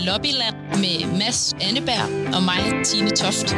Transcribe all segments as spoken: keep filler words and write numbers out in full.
Lobbyland med Mads Anneberg og mig, Tine Toft.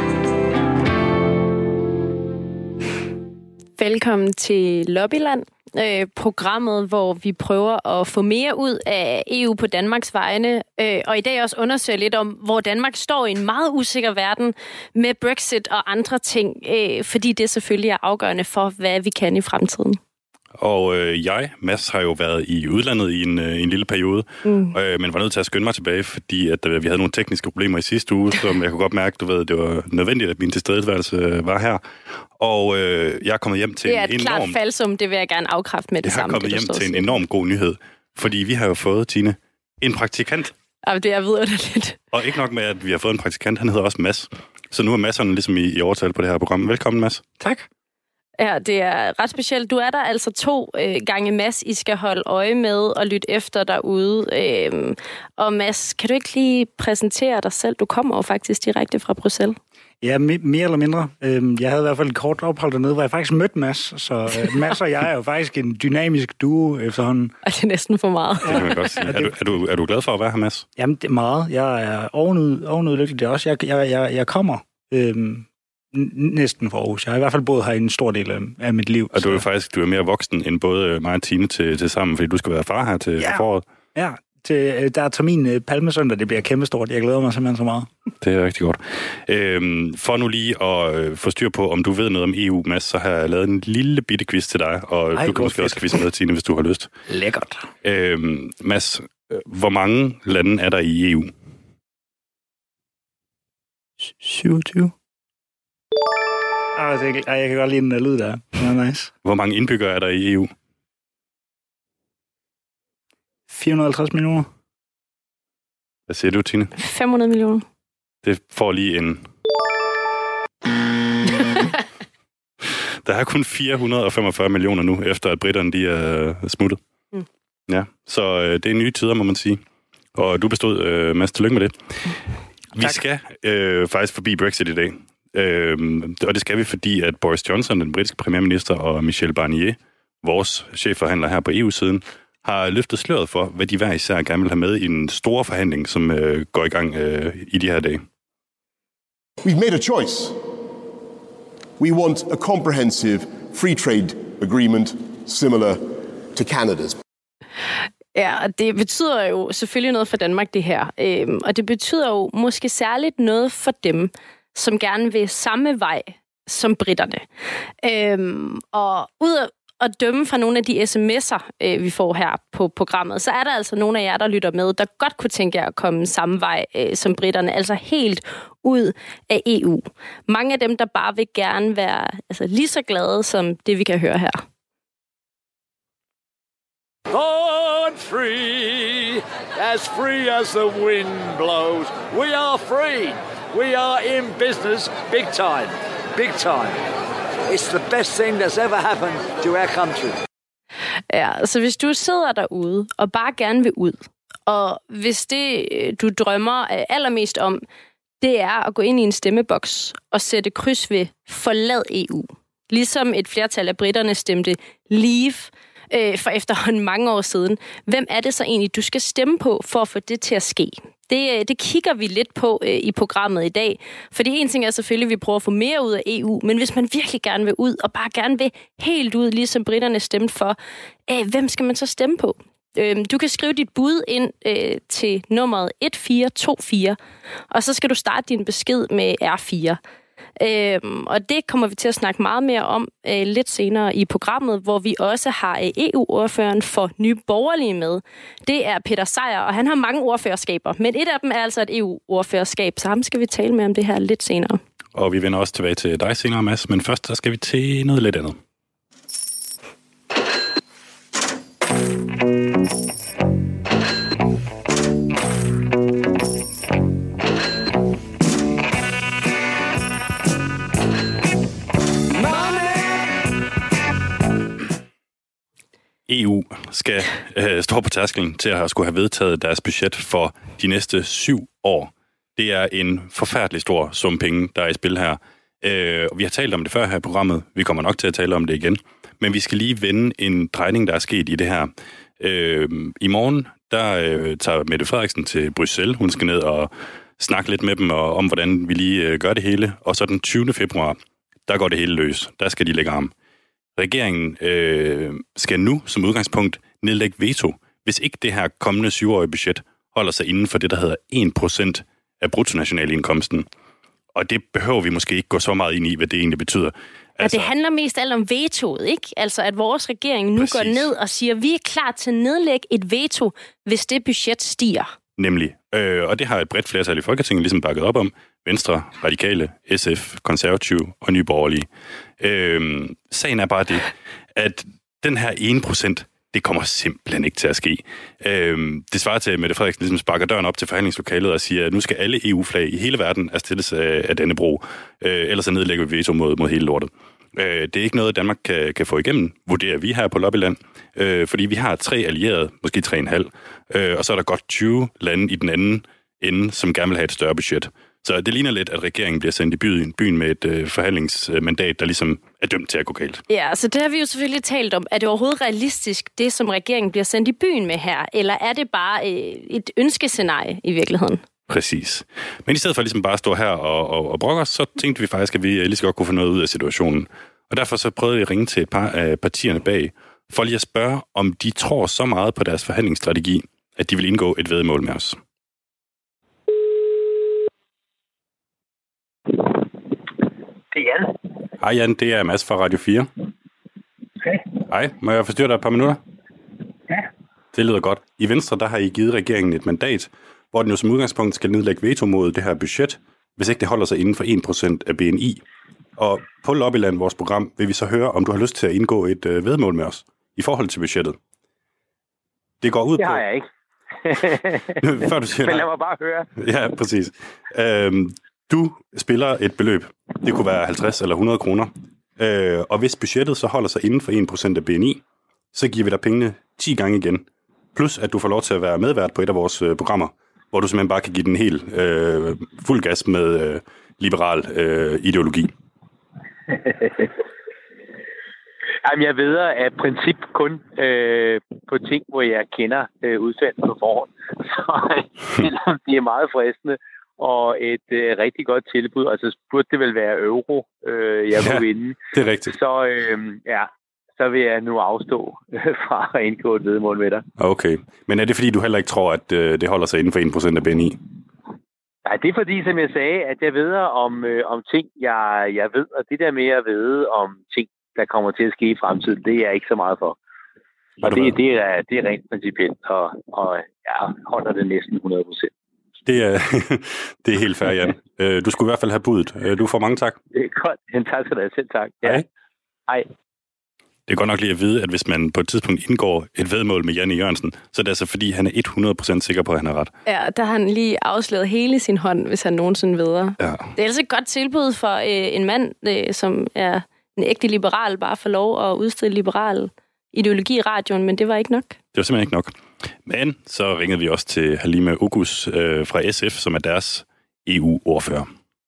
Velkommen til Lobbyland, øh, programmet, hvor vi prøver at få mere ud af E U på Danmarks vegne, øh, og i dag også undersøge lidt om, hvor Danmark står i en meget usikker verden med Brexit og andre ting, øh, fordi det selvfølgelig er afgørende for, hvad vi kan i fremtiden. Og øh, jeg, Mads, har jo været i udlandet i en, øh, en lille periode, mm. øh, men var nødt til at skynde mig tilbage, fordi at, øh, vi havde nogle tekniske problemer i sidste uge, som jeg kunne godt mærke, du ved, det var nødvendigt, at min tilstedeværelse øh, var her. Og øh, jeg er kommet hjem til en enorm... Det er et enorm... klart falsum, det vil jeg gerne afkræfte med det, det samme. Jeg har kommet hjem til en enorm god nyhed, fordi vi har jo fået, Tine, en praktikant. Ja, det er vidunderligt. Og ikke nok med, at vi har fået en praktikant, han hedder også Mads. Så nu er Madserne ligesom i, i overtal på det her program. Velkommen, Mads. Tak. Ja, det er ret specielt. Du er der altså to øh, gange, Mads, I skal holde øje med og lytte efter derude. Øhm, og Mads, kan du ikke lige præsentere dig selv? Du kommer jo faktisk direkte fra Bruxelles. Ja, mere eller mindre. Jeg havde i hvert fald et kort ophold dernede, hvor jeg faktisk mødte Mads. Så Mads og jeg er jo faktisk en dynamisk duo efterhånden. Og det er næsten for meget. Det kan man godt sige. Er du, er, du, er du glad for at være her, Mads? Jamen, det er meget. Jeg er ovenud, ovenud lykkelig. Det er også. Jeg, jeg, jeg, jeg kommer øhm, næsten fra Aarhus. Jeg har i hvert fald boet her i en stor del af, af mit liv. Og du er jo faktisk du er mere voksen end både mig og Tine til, til sammen, fordi du skal være far her til ja. foråret. Ja, til, der er termin Palmesøndag. Det bliver kæmpestort. Jeg glæder mig simpelthen så meget. Det er rigtig godt. Øhm, for nu lige at øh, få styr på, om du ved noget om E U, Mads, så har jeg lavet en lille bitte quiz til dig, og Ej, du kan måske fedt. også quizze med, Tine, hvis du har lyst. Lækkert. Øhm, Mads, hvor mange lande er der i E U? syvogtyve. Ah, det, jeg kan godt lide den der lyd der. Det er nice. Hvor mange indbyggere er der i E U? fire hundrede og halvtreds millioner. Hvad siger du, Tine? fem hundrede millioner. Det får lige en... Der er kun fire hundrede og femogfyrre millioner nu, efter at britterne de er smuttet. Mm. Ja, så øh, det er nye tider, må man sige. Og du bestod, øh, Mads, tillykke med det. Vi tak. skal øh, faktisk forbi Brexit i dag. Øh, og det skal vi, fordi at Boris Johnson, den britiske premierminister, og Michel Barnier, vores chefforhandler her på E U-siden, har løftet sløret for, hvad de hver især gerne vil have med i en stor forhandling, som øh, går i gang øh, i de her dage. We've made a choice. We want a comprehensive free trade agreement similar to Canada's. Ja, og det betyder jo selvfølgelig noget for Danmark, det her. Øhm, og det betyder jo måske særligt noget for dem, som gerne vil samme vej som britterne. Øhm, og ud af at dømme fra nogle af de sms'er, øh, vi får her på programmet, så er der altså nogle af jer, der lytter med, der godt kunne tænke jer at komme samme vej øh, som britterne, altså helt ud af E U. Mange af dem, der bare vil gerne være altså, lige så glade som det, vi kan høre her. Born free, as free as the wind blows. We are free. We are in business big time. Big time. It's the best thing that's ever happened to our country. Ja, så hvis du sidder derude og bare gerne vil ud, og hvis det, du drømmer allermest om, det er at gå ind i en stemmeboks og sætte kryds ved forlad E U, ligesom et flertal af britterne stemte leave øh, for efterhånden mange år siden, hvem er det så egentlig, du skal stemme på for at få det til at ske? Det, det kigger vi lidt på øh, i programmet i dag. Fordi en ting er selvfølgelig, at vi prøver at få mere ud af E U, men hvis man virkelig gerne vil ud, og bare gerne vil helt ud, ligesom britterne stemte for, øh, hvem skal man så stemme på? Øh, du kan skrive dit bud ind øh, til nummeret et fire to fire, og så skal du starte din besked med R fire. Øhm, og det kommer vi til at snakke meget mere om øh, lidt senere i programmet, hvor vi også har øh, E U-ordføreren for Nye Borgerlige med. Det er Peter Sejer, og han har mange ordførerskaber, men et af dem er altså et E U-ordførerskab, så ham skal vi tale med om det her lidt senere. Og vi vender også tilbage til dig senere, Mads, men først så skal vi til noget lidt andet. E U skal øh, stå på tærsklen til at skulle have vedtaget deres budget for de næste syv år. Det er en forfærdelig stor sum penge, der er i spil her. Øh, vi har talt om det før her i programmet. Vi kommer nok til at tale om det igen. Men vi skal lige vende en drejning, der er sket i det her. Øh, I morgen, der øh, tager Mette Frederiksen til Bruxelles. Hun skal ned og snakke lidt med dem og, om, hvordan vi lige øh, gør det hele. Og så den tyvende februar, der går det hele løs. Der skal de lægge arm. Regeringen øh, skal nu som udgangspunkt nedlægge veto, hvis ikke det her kommende syvårige budget holder sig inden for det, der hedder en procent af bruttonationalindkomsten. Og det behøver vi måske ikke gå så meget ind i, hvad det egentlig betyder. Altså, ja, det handler mest alt om vetoet, ikke? Altså, at vores regering nu præcis. går ned og siger, at vi er klar til at nedlægge et veto, hvis det budget stiger. Nemlig. Øh, og det har et bredt flertal i Folketinget ligesom bakket op om. Venstre, Radikale, S F, Konservative og Nye Borgerlige. Øh, sagen er bare det, at den her en procent, det kommer simpelthen ikke til at ske. Øh, det svarer til, at Mette Frederiksen ligesom sparker døren op til forhandlingslokalet og siger, at nu skal alle E U-flag i hele verden erstilles af, af denne bro. Øh, ellers så nedlægger vi veto mod, mod hele lortet. Øh, det er ikke noget, Danmark kan, kan få igennem, vurderer vi her på Lobbyland. Øh, fordi vi har tre allierede, måske tre og en halv, øh, og så er der godt tyve lande i den anden ende, som gerne vil have et større budget. Så det ligner lidt, at regeringen bliver sendt i byen, byen med et øh, forhandlingsmandat, der ligesom er dømt til at gå galt. Ja, så det har vi jo selvfølgelig talt om. Er det overhovedet realistisk, det som regeringen bliver sendt i byen med her? Eller er det bare øh, et ønskescenarie i virkeligheden? Præcis. Men i stedet for ligesom bare at stå her og, og, og brokke os, så tænkte vi faktisk, at vi lige så godt kunne få noget ud af situationen. Og derfor så prøvede jeg at ringe til et par af partierne bag, for lige at spørge, om de tror så meget på deres forhandlingsstrategi, at de vil indgå et væddemål med os. Det er Jan. Hej Jan, det er Mads fra Radio fire. Hej. Hej, må jeg forstyrre dig et par minutter? Ja. Det lyder godt. I Venstre, der har I givet regeringen et mandat, hvor den jo som udgangspunkt skal nedlægge veto mod det her budget, hvis ikke det holder sig inden for en procent af B N I. Og på Lobbyland, vores program, vil vi så høre, om du har lyst til at indgå et øh, væddemål med os i forhold til budgettet. Det går ud det på... Det har jeg ikke. Før du siger Men lad mig bare høre. Ja, præcis. Øhm, du spiller et beløb. Det kunne være halvtreds eller hundrede kroner. Øh, og hvis budgettet så holder sig inden for en procent af B N I, så giver vi dig pengene ti gange igen. Plus at du får lov til at være medvært på et af vores øh, programmer, hvor du simpelthen bare kan give den helt øh, fuld gas med øh, liberal øh, ideologi. Jamen, jeg ved af princip kun øh, på ting, hvor jeg kender øh, udfaldet på forhånd. Så selvom det er meget fristende og et øh, rigtig godt tilbud, og så burde det vel være euro, øh, jeg må ja, vinde. Det er rigtigt. Så øh, ja, så vil jeg nu afstå øh, fra at indgå et væddemål med dig. Okay. Men er det fordi, du heller ikke tror, at øh, det holder sig inden for en procent af B N I? Nej, det er fordi, som jeg sagde, at jeg ved om, øh, om ting, jeg, jeg ved, og det der med at vide om ting, der kommer til at ske i fremtiden, det er jeg ikke så meget for. Og det, det, er, det er rent principielt, og, og jeg holder det næsten hundrede procent. Det er, det er helt fair, Jan. Du skulle i hvert fald have budet. Du får mange tak. Det er godt. Tak skal du have. Selv tak. Ja. Hej. Hej. Det er godt nok lige at vide, at hvis man på et tidspunkt indgår et væddemål med Janne Jørgensen, så er det altså fordi, han er hundrede procent sikker på, at han har ret. Ja, der har han lige afsløret hele sin hånd, hvis han nogensinde vedder. Ja. Det er altså et godt tilbud for øh, en mand, øh, som er en ægte liberal, bare for lov at udstille liberal ideologi i radioen, men det var ikke nok. Det var simpelthen ikke nok. Men så ringede vi også til Halime Oguz øh, fra S F, som er deres E U-ordfører.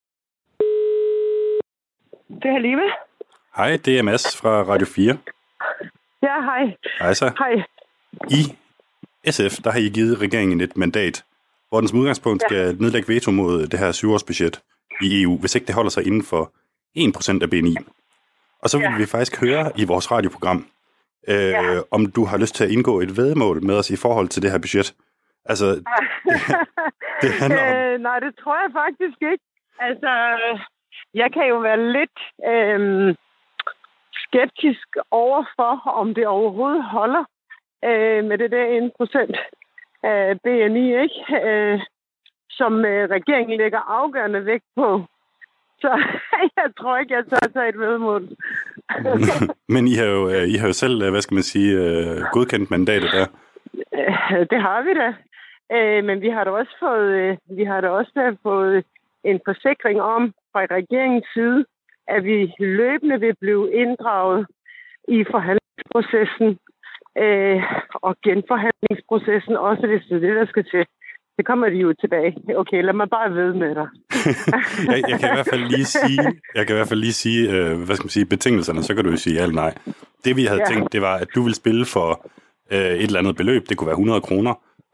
Det er Halime. Hej, det er Mads fra Radio fire. Ja, hej. Hej så. Hej. I S F, der har I givet regeringen et mandat, hvor den som udgangspunkt ja. skal nedlægge veto mod det her syvårsbudget i E U, hvis ikke det holder sig inden for en procent af B N I. Og så vil ja. vi faktisk høre i vores radioprogram, øh, ja. om du har lyst til at indgå et væddemål med os i forhold til det her budget. Altså, det, det handler om... Øh, nej, det tror jeg faktisk ikke. Altså, jeg kan jo være lidt øh, skeptisk overfor, om det overhovedet holder øh, med det der en procent af B N I, ikke? Øh, som øh, regeringen lægger afgørende vægt på. Så jeg tror ikke, jeg tør tage et væddemål. Men I har, jo, I har jo selv, hvad skal man sige, godkendt mandatet der. Det har vi da. Men vi har da også fået, vi har da også fået en forsikring om fra regeringens side, at vi løbende vil blive inddraget i forhandlingsprocessen og genforhandlingsprocessen, også hvis det er det, der skal til. Det kommer de jo tilbage. Okay, lad mig bare ved med dig. jeg, jeg kan i hvert fald lige sige, jeg kan i hvert fald lige sige, øh, hvad skal man sige, betingelserne, så kan du jo sige ja eller nej. Det vi havde ja. tænkt, det var, at du ville spille for øh, et eller andet beløb, det kunne være hundrede kroner,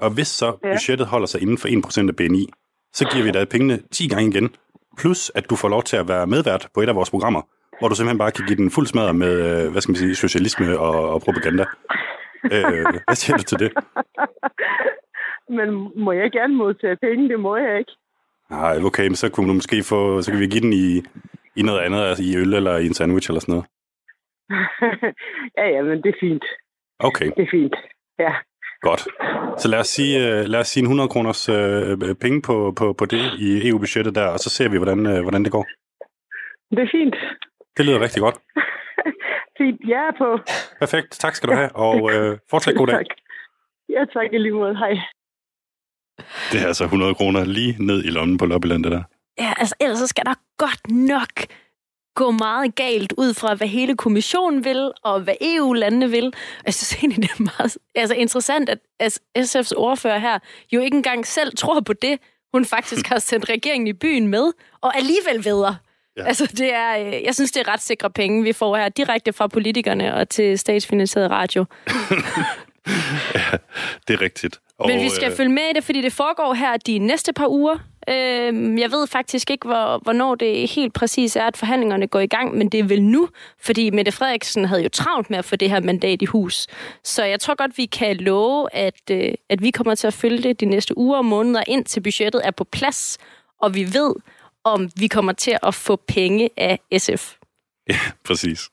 Og hvis så budgettet holder sig inden for en procent af B N I, så giver vi dig pengene ti gange igen. Plus, at du får lov til at være medvært på et af vores programmer, hvor du simpelthen bare kan give den fuld smadret med, hvad skal man sige, socialisme og, og propaganda. øh, hvad siger du til det? Men må jeg gerne modtage penge? Det må jeg ikke. Nej, okay, men så kunne du måske få, så kan vi give den i, i noget andet, altså i øl eller i en sandwich eller sådan noget. ja, ja, men det er fint. Okay. Det er fint, ja. Godt. Så lad os sige, lad os sige en hundrede kroners øh, penge på, på, på det i E U-budgettet der, og så ser vi, hvordan, øh, hvordan det går. Det er fint. Det lyder rigtig godt. Fint, jeg er på. Perfekt, tak skal du have, og øh, fortsat god dag. Tak. Ja, tak i lige måde. Hej. Det er altså hundrede kroner lige ned i lommen på Lobbyland, det der. Ja, altså ellers så skal der godt nok gå meget galt ud fra, hvad hele kommissionen vil, og hvad E U-landene vil. Jeg synes egentlig, det er meget altså, interessant, at S F's ordfører her jo ikke engang selv tror på det, hun faktisk har sendt regeringen i byen med, og alligevel videre. Ja. Altså, det er, jeg synes, det er ret sikre penge, vi får her, direkte fra politikerne og til statsfinansieret radio. Ja, det er rigtigt. Og, Men vi skal øh... følge med i det, fordi det foregår her de næste par uger. Øh, jeg ved faktisk ikke, hvor, hvornår det helt præcis er, at forhandlingerne går i gang, men det er vel nu, fordi Mette Frederiksen havde jo travlt med at få det her mandat i hus. Så jeg tror godt, vi kan love, at, øh, at vi kommer til at følge det de næste uger og måneder, indtil budgettet er på plads, og vi ved, om vi kommer til at få penge af S F. Ja, præcis.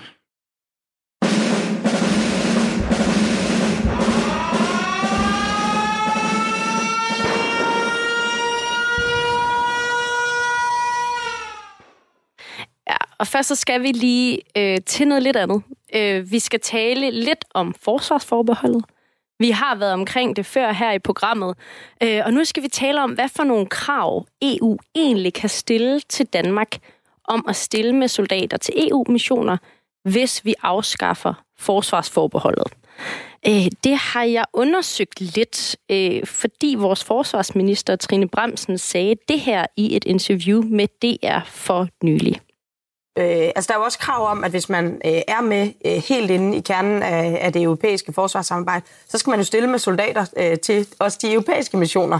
Ja, og først så skal vi lige øh, til noget lidt andet. Øh, vi skal tale lidt om forsvarsforbeholdet. Vi har været omkring det før her i programmet, øh, og nu skal vi tale om, hvad for nogle krav E U egentlig kan stille til Danmark om at stille med soldater til E U-missioner, hvis vi afskaffer forsvarsforbeholdet. Øh, det har jeg undersøgt lidt, øh, fordi vores forsvarsminister Trine Bramsen sagde det her i et interview med D R for nylig. Øh, altså der er jo også krav om, at hvis man øh, er med øh, helt inde i kernen af, af det europæiske forsvarssamarbejde, så skal man jo stille med soldater øh, til også de europæiske missioner.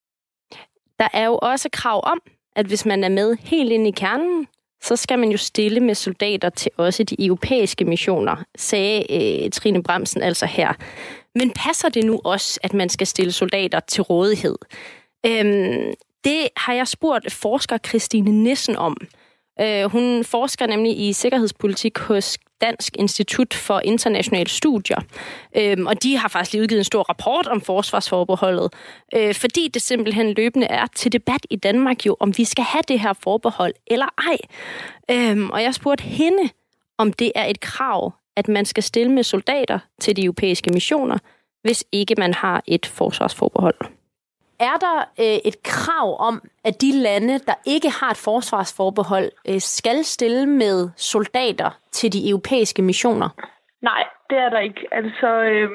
Der er jo også krav om, at hvis man er med helt inde i kernen, så skal man jo stille med soldater til også de europæiske missioner, sagde øh, Trine Bramsen altså her. Men passer det nu også, at man skal stille soldater til rådighed? Øhm, det har jeg spurgt forsker Christine Nissen om. Uh, hun forsker nemlig i sikkerhedspolitik hos Dansk Institut for Internationale Studier. Uh, og de har faktisk lige udgivet en stor rapport om forsvarsforbeholdet, uh, fordi det simpelthen løbende er til debat i Danmark jo, om vi skal have det her forbehold eller ej. Uh, og jeg spurgte hende, om det er et krav, at man skal stille med soldater til de europæiske missioner, hvis ikke man har et forsvarsforbehold. Er der øh, et krav om, at de lande, der ikke har et forsvarsforbehold, øh, skal stille med soldater til de europæiske missioner? Nej, det er der ikke. Altså, øh,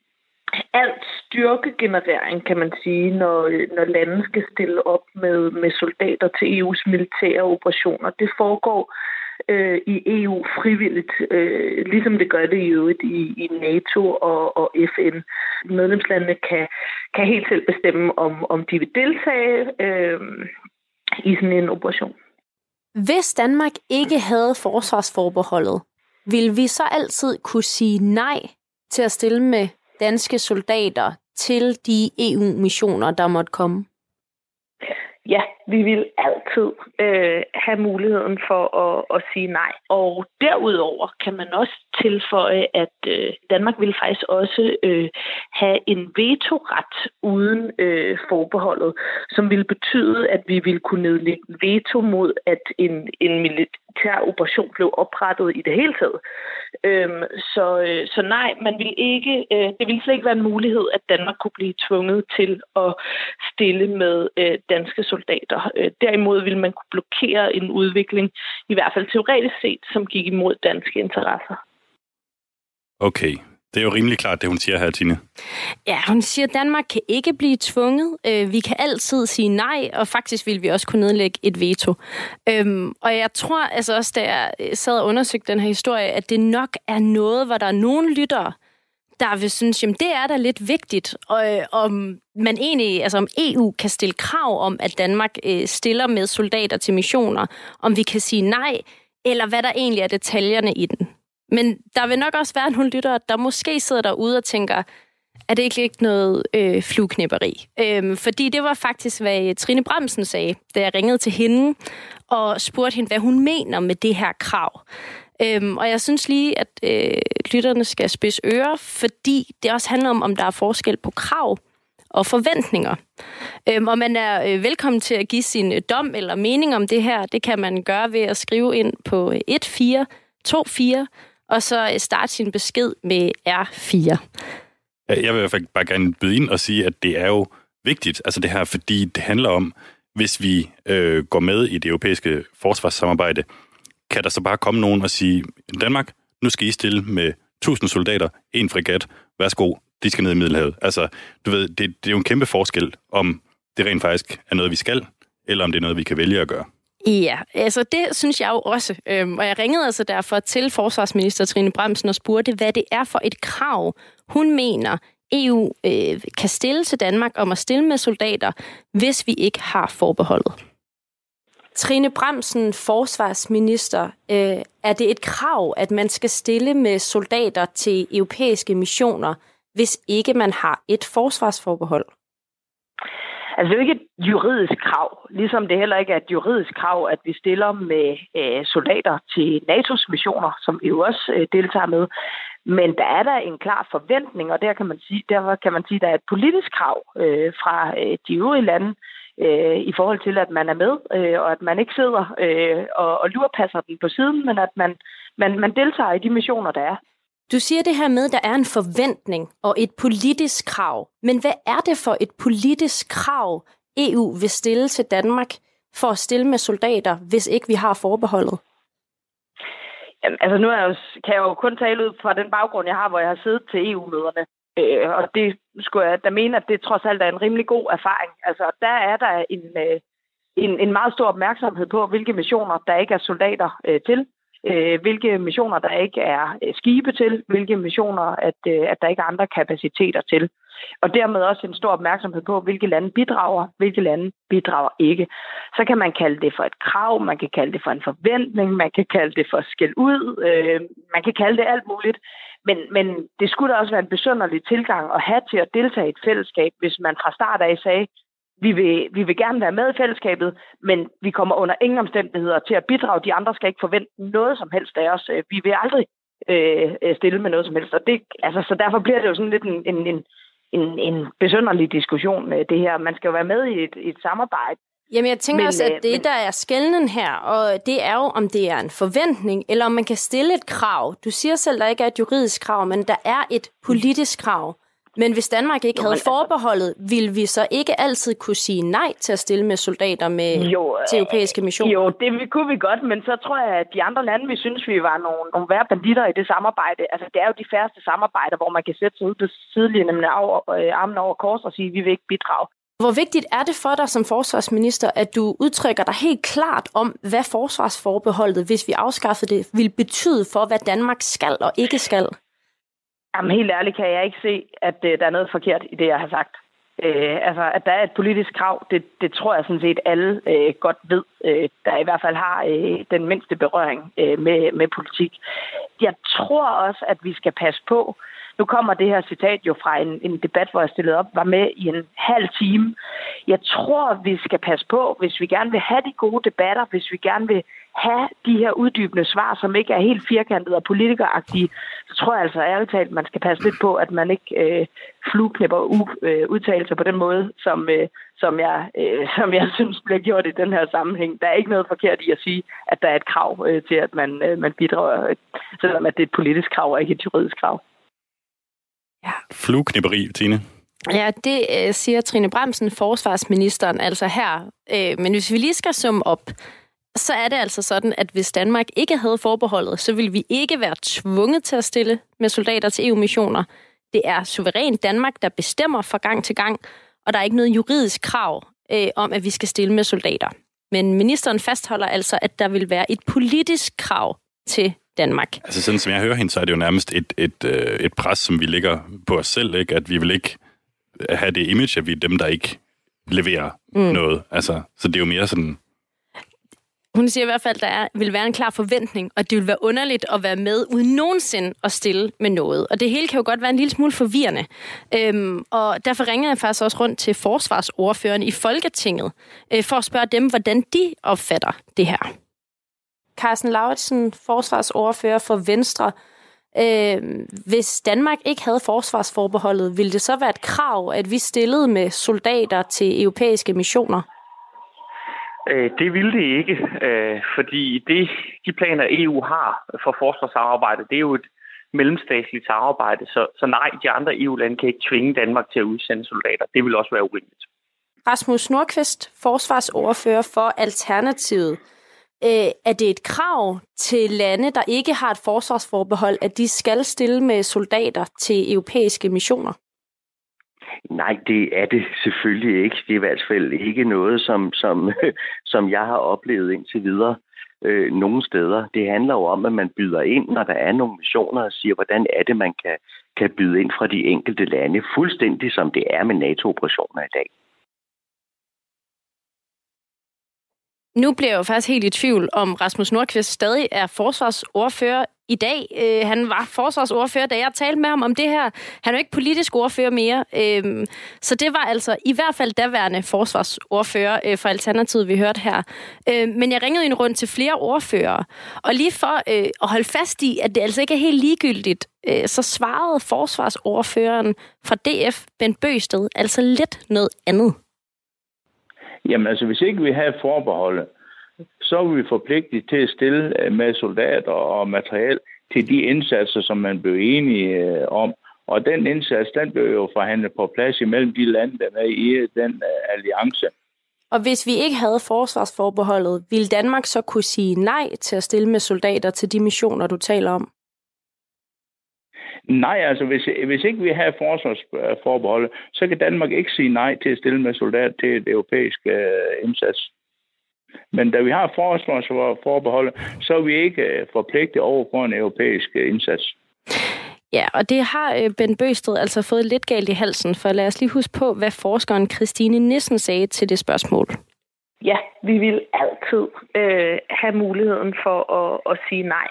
alt styrkegenerering, kan man sige, når, når lande skal stille op med, med soldater til E U's militære operationer, det foregår øh, i E U frivilligt, øh, ligesom det gør det i øvrigt i, i NATO og, og F N. Medlemslandene kan, kan helt selv bestemme, om, om de vil deltage øh, i sådan en operation. Hvis Danmark ikke havde forsvarsforbeholdet, ville vi så altid kunne sige nej til at stille med danske soldater til de E U-missioner, der måtte komme? Ja, vi vil altid øh, have muligheden for at, at sige nej. Og derudover kan man også tilføje, at øh, Danmark vil faktisk også øh, have en vetoret uden øh, forbeholdet, som vil betyde, at vi vil kunne nedlægge veto mod, at en, en militær operation blev oprettet i det hele taget. Øhm, så, øh, så nej, man vil ikke, øh, det vil slet ikke være en mulighed, at Danmark kunne blive tvunget til at stille med øh, danske soldater. Øh, derimod vil man kunne blokere en udvikling, i hvert fald teoretisk set, som gik imod danske interesser. Okay. Det er jo rimelig klart, det hun siger her, Tine. Ja, hun siger, at Danmark kan ikke blive tvunget. Vi kan altid sige nej, og faktisk vil vi også kunne nedlægge et veto. Og jeg tror altså også, da jeg sad og undersøgte den her historie, at det nok er noget, hvor der er nogle lyttere, der vil synes, jamen det er da lidt vigtigt, og om man egentlig, altså om E U kan stille krav om, at Danmark øh, stiller med soldater til missioner, om vi kan sige nej, eller hvad der egentlig er detaljerne i den. Men der vil nok også være nogle lyttere, der måske sidder derude og tænker, er det ikke noget øh, flueknipperi? Øhm, fordi det var faktisk, hvad Trine Bramsen sagde, da jeg ringede til hende og spurgte hende, hvad hun mener med det her krav. Øhm, og jeg synes lige, at øh, lytterne skal spidse ører, fordi det også handler om, om der er forskel på krav og forventninger. Øhm, og man er øh, velkommen til at give sin øh, dom eller mening om det her. Det kan man gøre ved at skrive ind på et fire to fire, og så øh, starte sin besked med R fire. Jeg vil i hvert fald bare gerne byde ind og sige, at det er jo vigtigt, altså det her, fordi det handler om, hvis vi øh, går med i det europæiske forsvarssamarbejde, kan der så bare komme nogen og sige, Danmark, nu skal I stille med tusind soldater, en fregat, værsgo, de skal ned i Middelhavet. Altså, du ved, det, det er jo en kæmpe forskel, om det rent faktisk er noget, vi skal, eller om det er noget, vi kan vælge at gøre. Ja, altså det synes jeg jo også. Øhm, og jeg ringede altså derfor til forsvarsminister Trine Bramsen og spurgte, hvad det er for et krav, hun mener, E U øh, kan stille til Danmark om at stille med soldater, hvis vi ikke har forbeholdet. Trine Bramsen, forsvarsminister, øh, er det et krav, at man skal stille med soldater til europæiske missioner, hvis ikke man har et forsvarsforbehold? Altså det er jo ikke et juridisk krav, ligesom det heller ikke er et juridisk krav, at vi stiller med øh, soldater til N A T O's missioner, som vi jo også øh, deltager med. Men der er der en klar forventning, og der kan man sige, derfor kan man sige, at der er et politisk krav øh, fra øh, de øvrige lande øh, i forhold til, at man er med, øh, og at man ikke sidder øh, og, og lurpasser den på siden, men at man, man, man deltager i de missioner, der er. Du siger det her med, at der er en forventning og et politisk krav. Men hvad er det for et politisk krav, E U vil stille til Danmark for at stille med soldater, hvis ikke vi har forbeholdet? Jamen, altså nu er jeg jo, kan jeg jo kun tale ud fra den baggrund, jeg har, hvor jeg har siddet til E U-møderne. Øh, og det skulle jeg da mene, at det trods alt er en rimelig god erfaring. Altså der er der en, en, en meget stor opmærksomhed på, hvilke missioner der ikke er soldater øh, til. Øh, hvilke missioner der ikke er øh, skibe til, hvilke missioner at, øh, at der ikke er andre kapaciteter til. Og dermed også en stor opmærksomhed på, hvilke lande bidrager, hvilke lande bidrager ikke. Så kan man kalde det for et krav, man kan kalde det for en forventning, man kan kalde det for skæld ud, øh, man kan kalde det alt muligt. Men, men det skulle da også være en besynderlig tilgang at have til at deltage i et fællesskab, hvis man fra start af sagde, Vi vil, vi vil gerne være med i fællesskabet, men vi kommer under ingen omstændigheder til at bidrage. De andre skal ikke forvente noget som helst af os. Vi vil aldrig øh, stille med noget som helst. Og det, altså, så derfor bliver det jo sådan lidt en, en, en, en, en besynderlig diskussion, det her. Man skal jo være med i et, et samarbejde. Jamen, jeg tænker men, også, at det, men... der er skelnen her, og det er jo, om det er en forventning, eller om man kan stille et krav. Du siger selv, der ikke er et juridisk krav, men der er et politisk krav. Men hvis Danmark ikke jo, havde forbeholdet, ville vi så ikke altid kunne sige nej til at stille med soldater med jo, til europæiske missioner? Jo, det kunne vi godt, men så tror jeg, at de andre lande, vi synes, vi var nogle, nogle værre banditter i det samarbejde. Altså, det er jo de færreste samarbejder, hvor man kan sætte sig ud på sidelinjen med armen over kors og sige, at vi vil ikke bidrage. Hvor vigtigt er det for dig som forsvarsminister, at du udtrykker dig helt klart om, hvad forsvarsforbeholdet, hvis vi afskaffede det, vil betyde for, hvad Danmark skal og ikke skal? Jamen, helt ærligt kan jeg ikke se, at øh, der er noget forkert i det, jeg har sagt. Øh, altså, at der er et politisk krav, det, det tror jeg sådan set alle øh, godt ved, øh, der i hvert fald har øh, den mindste berøring øh, med, med politik. Jeg tror også, at vi skal passe på. Nu kommer det her citat jo fra en, en debat, hvor jeg stillede op, var med i en halv time. Jeg tror, vi skal passe på, hvis vi gerne vil have de gode debatter, hvis vi gerne vil have de her uddybende svar, som ikke er helt firkantede og politikeragtige, så tror jeg altså ærligt talt, man skal passe lidt på, at man ikke øh, flueknipper u- øh, udtalelser på den måde, som, øh, som, jeg, øh, som jeg synes bliver gjort i den her sammenhæng. Der er ikke noget forkert i at sige, at der er et krav øh, til, at man, øh, man bidrager, øh, selvom at det er et politisk krav og ikke et juridisk krav. Ja. Flueknipperi, Tine. Ja, det øh, siger Trine Bramsen, forsvarsministeren, altså her. Øh, men hvis vi lige skal summe op, så er det altså sådan, at hvis Danmark ikke havde forbeholdet, så ville vi ikke være tvunget til at stille med soldater til E U-missioner. Det er suverænt Danmark, der bestemmer fra gang til gang, og der er ikke noget juridisk krav øh, om, at vi skal stille med soldater. Men ministeren fastholder altså, at der vil være et politisk krav til Danmark. Altså sådan som jeg hører hende, så er det jo nærmest et, et, et, et pres, som vi lægger på os selv, ikke? At vi vil ikke have det image, at vi er dem, der ikke leverer mm. noget. Altså, så det er jo mere sådan... Hun siger i hvert fald, at der er, vil være en klar forventning, og det vil være underligt at være med uden nogensinde at stille med noget. Og det hele kan jo godt være en lille smule forvirrende. Øhm, og derfor ringede jeg faktisk også rundt til forsvarsordførerne i Folketinget, øh, for at spørge dem, hvordan de opfatter det her. Karsten Lauritzen, forsvarsordfører for Venstre. Øh, hvis Danmark ikke havde forsvarsforbeholdet, ville det så være et krav, at vi stillede med soldater til europæiske missioner? Det ville det ikke, fordi det, de planer E U har for forsvarssamarbejde, det er jo et mellemstatsligt samarbejde, så, så nej, de andre E U-lande kan ikke tvinge Danmark til at udsende soldater. Det vil også være urimeligt. Rasmus Nordqvist, forsvarsordfører for Alternativet. Er det et krav til lande, der ikke har et forsvarsforbehold, at de skal stille med soldater til europæiske missioner? Nej, det er det selvfølgelig ikke. Det er i hvert fald ikke noget, som, som, som jeg har oplevet indtil videre øh, nogle steder. Det handler jo om, at man byder ind, når der er nogle missioner, og siger, hvordan er det, man kan, kan byde ind fra de enkelte lande, fuldstændig som det er med NATO-operationer i dag. Nu bliver jeg jo faktisk helt i tvivl, om Rasmus Nordqvist stadig er forsvarsordfører i dag. Øh, han var forsvarsordfører, da jeg talte med ham om det her. Han er jo ikke politisk ordfører mere. Øh, så det var altså i hvert fald daværende forsvarsordfører øh, for Alternativet, vi hørte her. Øh, men jeg ringede ind rundt til flere ordførere. Og lige for øh, at holde fast i, at det altså ikke er helt ligegyldigt, øh, så svarede forsvarsordføreren fra D F, Bent Bøgsted, altså lidt noget andet. Jamen altså, hvis ikke vi har forbeholdet, så er vi forpligtet til at stille med soldater og materiel til de indsatser, som man blev enige om. Og den indsats, den blev jo forhandlet på plads imellem de lande, der er med i den alliance. Og hvis vi ikke havde forsvarsforbeholdet, ville Danmark så kunne sige nej til at stille med soldater til de missioner, du taler om? Nej, altså hvis, hvis ikke vi har forsvarsforbeholdet, så kan Danmark ikke sige nej til at stille med soldater til et europæisk uh, indsats. Men da vi har forsvarsforbeholdet, så er vi ikke forpligtet over for en europæisk indsats. Ja, og det har Bent Bøgsted altså fået lidt galt i halsen, for lad os lige huske på, hvad forskeren Christine Nissen sagde til det spørgsmål. Ja, vi vil altid øh, have muligheden for at, at sige nej.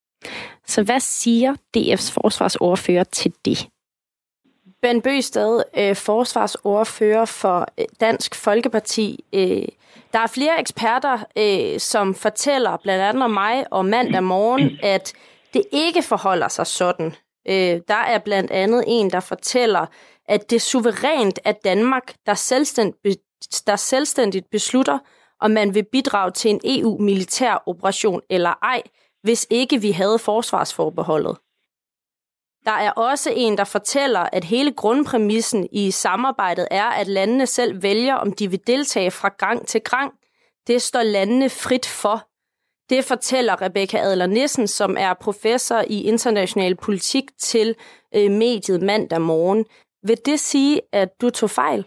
Så hvad siger D F's forsvarsordfører til det? Bent Bøgsted, øh, forsvarsordfører for Dansk Folkeparti. Øh, der er flere eksperter, øh, som fortæller, blandt andet om mig og mandag morgen, at det ikke forholder sig sådan. Øh, der er blandt andet en, der fortæller, at det er suverænt af Danmark, der selvstændigt, der selvstændigt beslutter, om man vil bidrage til en E U-militær operation eller ej, hvis ikke vi havde forsvarsforbeholdet. Der er også en, der fortæller, at hele grundpræmissen i samarbejdet er, at landene selv vælger, om de vil deltage fra gang til gang. Det står landene frit for. Det fortæller Rebecca Adler Nissen, som er professor i international politik til øh, mediet mandag morgen. Vil det sige, at du tog fejl?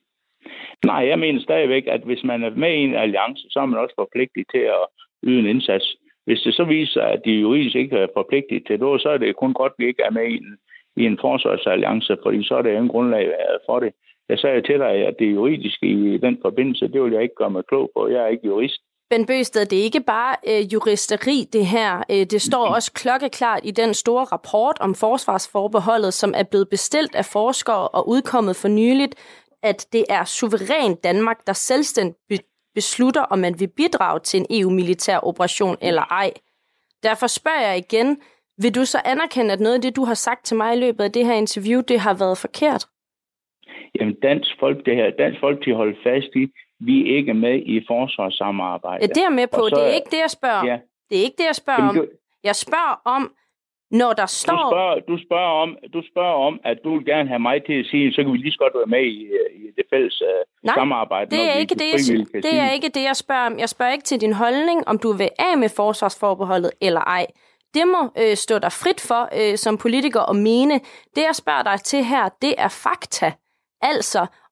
Nej, jeg mener stadigvæk, at hvis man er med i en alliance, så er man også forpligtet til at yde en indsats. Hvis det så viser sig, at de juridisk ikke er forpligtet til det, så er det kun godt, at vi ikke er med i en, i en forsvarsalliance, fordi så er det en grundlag for det. Jeg sagde til dig, at det juridiske i den forbindelse, det vil jeg ikke gøre mig klog på. Jeg er ikke jurist. Bent Bøgsted, det er ikke bare øh, juristeri, det her. Øh, det står også klokkeklart i den store rapport om forsvarsforbeholdet, som er blevet bestilt af forskere og udkommet for nyligt, at det er suverænt Danmark, der selvstændigt beslutter, om man vil bidrage til en E U-militær operation eller ej. Derfor spørger jeg igen, vil du så anerkende, at noget af det, du har sagt til mig i løbet af det her interview, det har været forkert? Jamen, Dansk Folk, det her, Dansk Folk, de holder fast i, vi er ikke med i forsvarssamarbejde. Ja, det er jeg med på. Så, det er ikke det, jeg spørger om. Ja. Det er ikke det, jeg spørger om. Jeg spørger om, når der står... Du spørger, du, spørger om, du spørger om, at du vil gerne have mig til at sige, så kan vi lige så godt være med i, i det fælles uh, Nej, samarbejde. det er, ikke det, jeg, det er ikke det, jeg spørger om. Jeg spørger ikke til din holdning, om du vil af med forsvarsforbeholdet eller ej. Det må øh, stå dig frit for øh, som politiker at mene. Det, jeg spørger dig til her, det er fakta. Altså,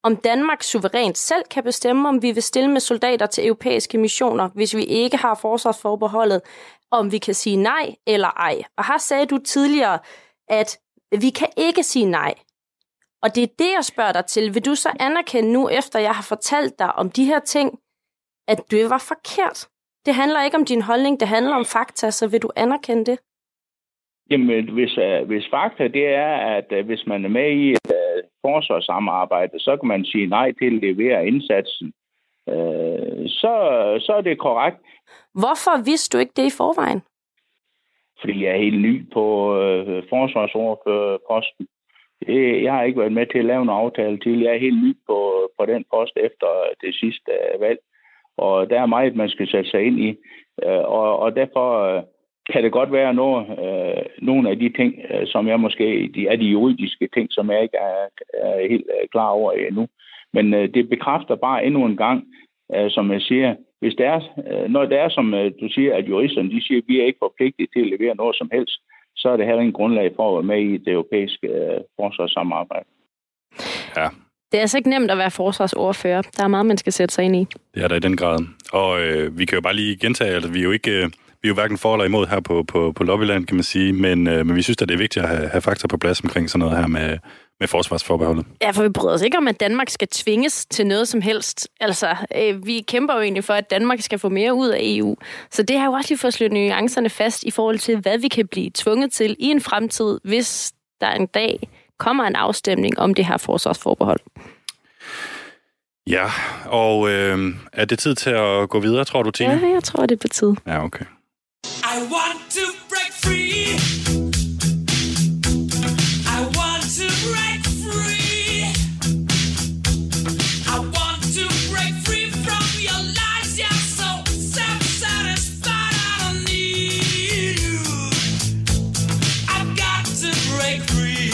om Danmark suverænt selv kan bestemme, om vi vil stille med soldater til europæiske missioner, hvis vi ikke har forsvarsforbeholdet, om vi kan sige nej eller ej. Og her sagde du tidligere, at vi kan ikke sige nej. Og det er det, jeg spørger dig til. Vil du så anerkende nu, efter jeg har fortalt dig om de her ting, at det var forkert? Det handler ikke om din holdning, det handler om fakta, så vil du anerkende det? Jamen, hvis, uh, hvis fakta det er, at uh, hvis man er med i et uh, forsvarssamarbejde, så kan man sige nej til at levere indsatsen. Uh, så, så er det korrekt. Hvorfor vidste du ikke det i forvejen? Fordi jeg er helt ny på uh, forsvarsordførerposten. Jeg har ikke været med til at lave en aftale til. Jeg er helt ny på, på den post efter det sidste uh, valg. Og der er meget, man skal sætte sig ind i. Uh, og, og derfor uh, kan det godt være noget, uh, nogle af de ting, uh, som jeg måske de, er de juridiske ting, som jeg ikke er, er helt uh, klar over endnu. Men uh, det bekræfter bare endnu en gang, uh, som jeg siger, hvis det er, uh, når det er, som uh, du siger, at juristerne de siger, at vi er ikke forpligtet til at levere noget som helst, så er det heller ingen grundlag for at være med i det europæiske uh, forsvarssamarbejde. Ja. Det er altså ikke nemt at være forsvarsordfører. Der er meget, man skal sætte sig ind i. Det er der i den grad. Og øh, vi kan jo bare lige gentage, at vi er jo ikke øh, vi er jo hverken for eller imod her på, på, på Lobbyland, kan man sige, men, øh, men vi synes, at det er vigtigt at have, have fakta på plads omkring sådan noget her med, med forsvarsforbeholdet. Ja, for vi bryder os ikke om, at Danmark skal tvinges til noget som helst. Altså, øh, vi kæmper jo egentlig for, at Danmark skal få mere ud af E U. Så det har jo også lige fået slået nuancerne fast i forhold til, hvad vi kan blive tvunget til i en fremtid, hvis der en dag kommer en afstemning om det her forsvarsforbehold. Ja, og øh, er det tid til at gå videre, tror du, Tina? Ja, jeg tror, det er på tid. Ja, okay. I want to break free. I want to break free. I want to break free from your lies. You're so self-satisfied. I don't need you. I've got to break free.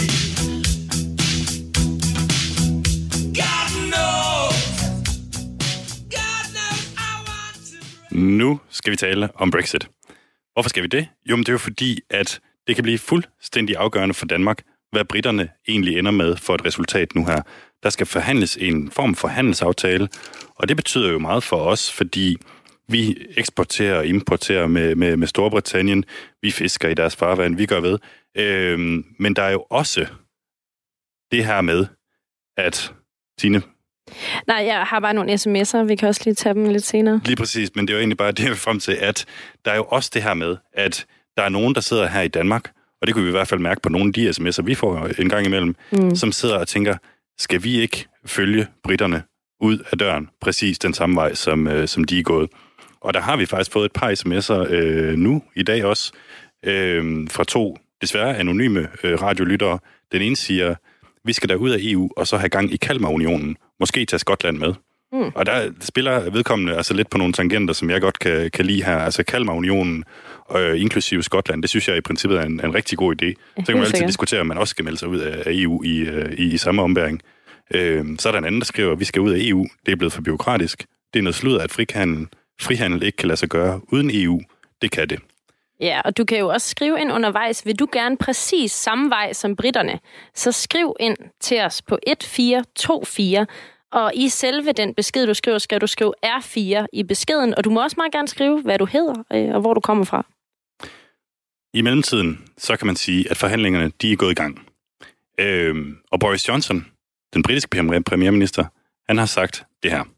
God knows. God knows I want to. Nu skal vi tale om Brexit. Hvorfor skal vi det? Jo, men det er jo fordi, at det kan blive fuldstændig afgørende for Danmark, hvad britterne egentlig ender med for et resultat nu her. Der skal forhandles en form for handelsaftale, og det betyder jo meget for os, fordi vi eksporterer og importerer med, med, med Storbritannien, vi fisker i deres farvand, vi gør ved. Øhm, men der er jo også det her med, at Tine... Nej, jeg har bare nogle sms'er. Vi kan også lige tage dem lidt senere. Lige præcis, men det er jo egentlig bare det, jeg vil frem til, at der er jo også det her med, at der er nogen, der sidder her i Danmark, og det kunne vi i hvert fald mærke på nogle af de sms'er, vi får en gang imellem, mm. som sidder og tænker, skal vi ikke følge britterne ud af døren præcis den samme vej, som, øh, som de er gået? Og der har vi faktisk fået et par sms'er øh, nu i dag også, øh, fra to desværre anonyme øh, radiolyttere. Den ene siger, vi skal da ud af E U, og så have gang i Kalmarunionen. Måske tage Skotland med. Mm. Og der spiller vedkommende altså lidt på nogle tangenter, som jeg godt kan, kan lide her. Altså Kalmarunionen, øh, inklusive Skotland, det synes jeg i princippet er en, en rigtig god idé. Så kan man altid diskutere, om man også skal melde sig ud af E U i, i, i samme ombæring. Øh, så er der en anden, der skriver, at vi skal ud af E U. Det er blevet for bureaukratisk. Det er noget sludder, at frihandel, frihandel ikke kan lade sig gøre uden E U. Det kan det. Ja, og du kan jo også skrive ind undervejs, vil du gerne præcis samme vej som britterne, så skriv ind til os på et fire to fire, og i selve den besked, du skriver, skal du skrive R fire i beskeden, og du må også meget gerne skrive, hvad du hedder og hvor du kommer fra. I mellemtiden, så kan man sige, at forhandlingerne, de er gået i gang. Øhm, og Boris Johnson, den britiske premierminister, han har sagt det her.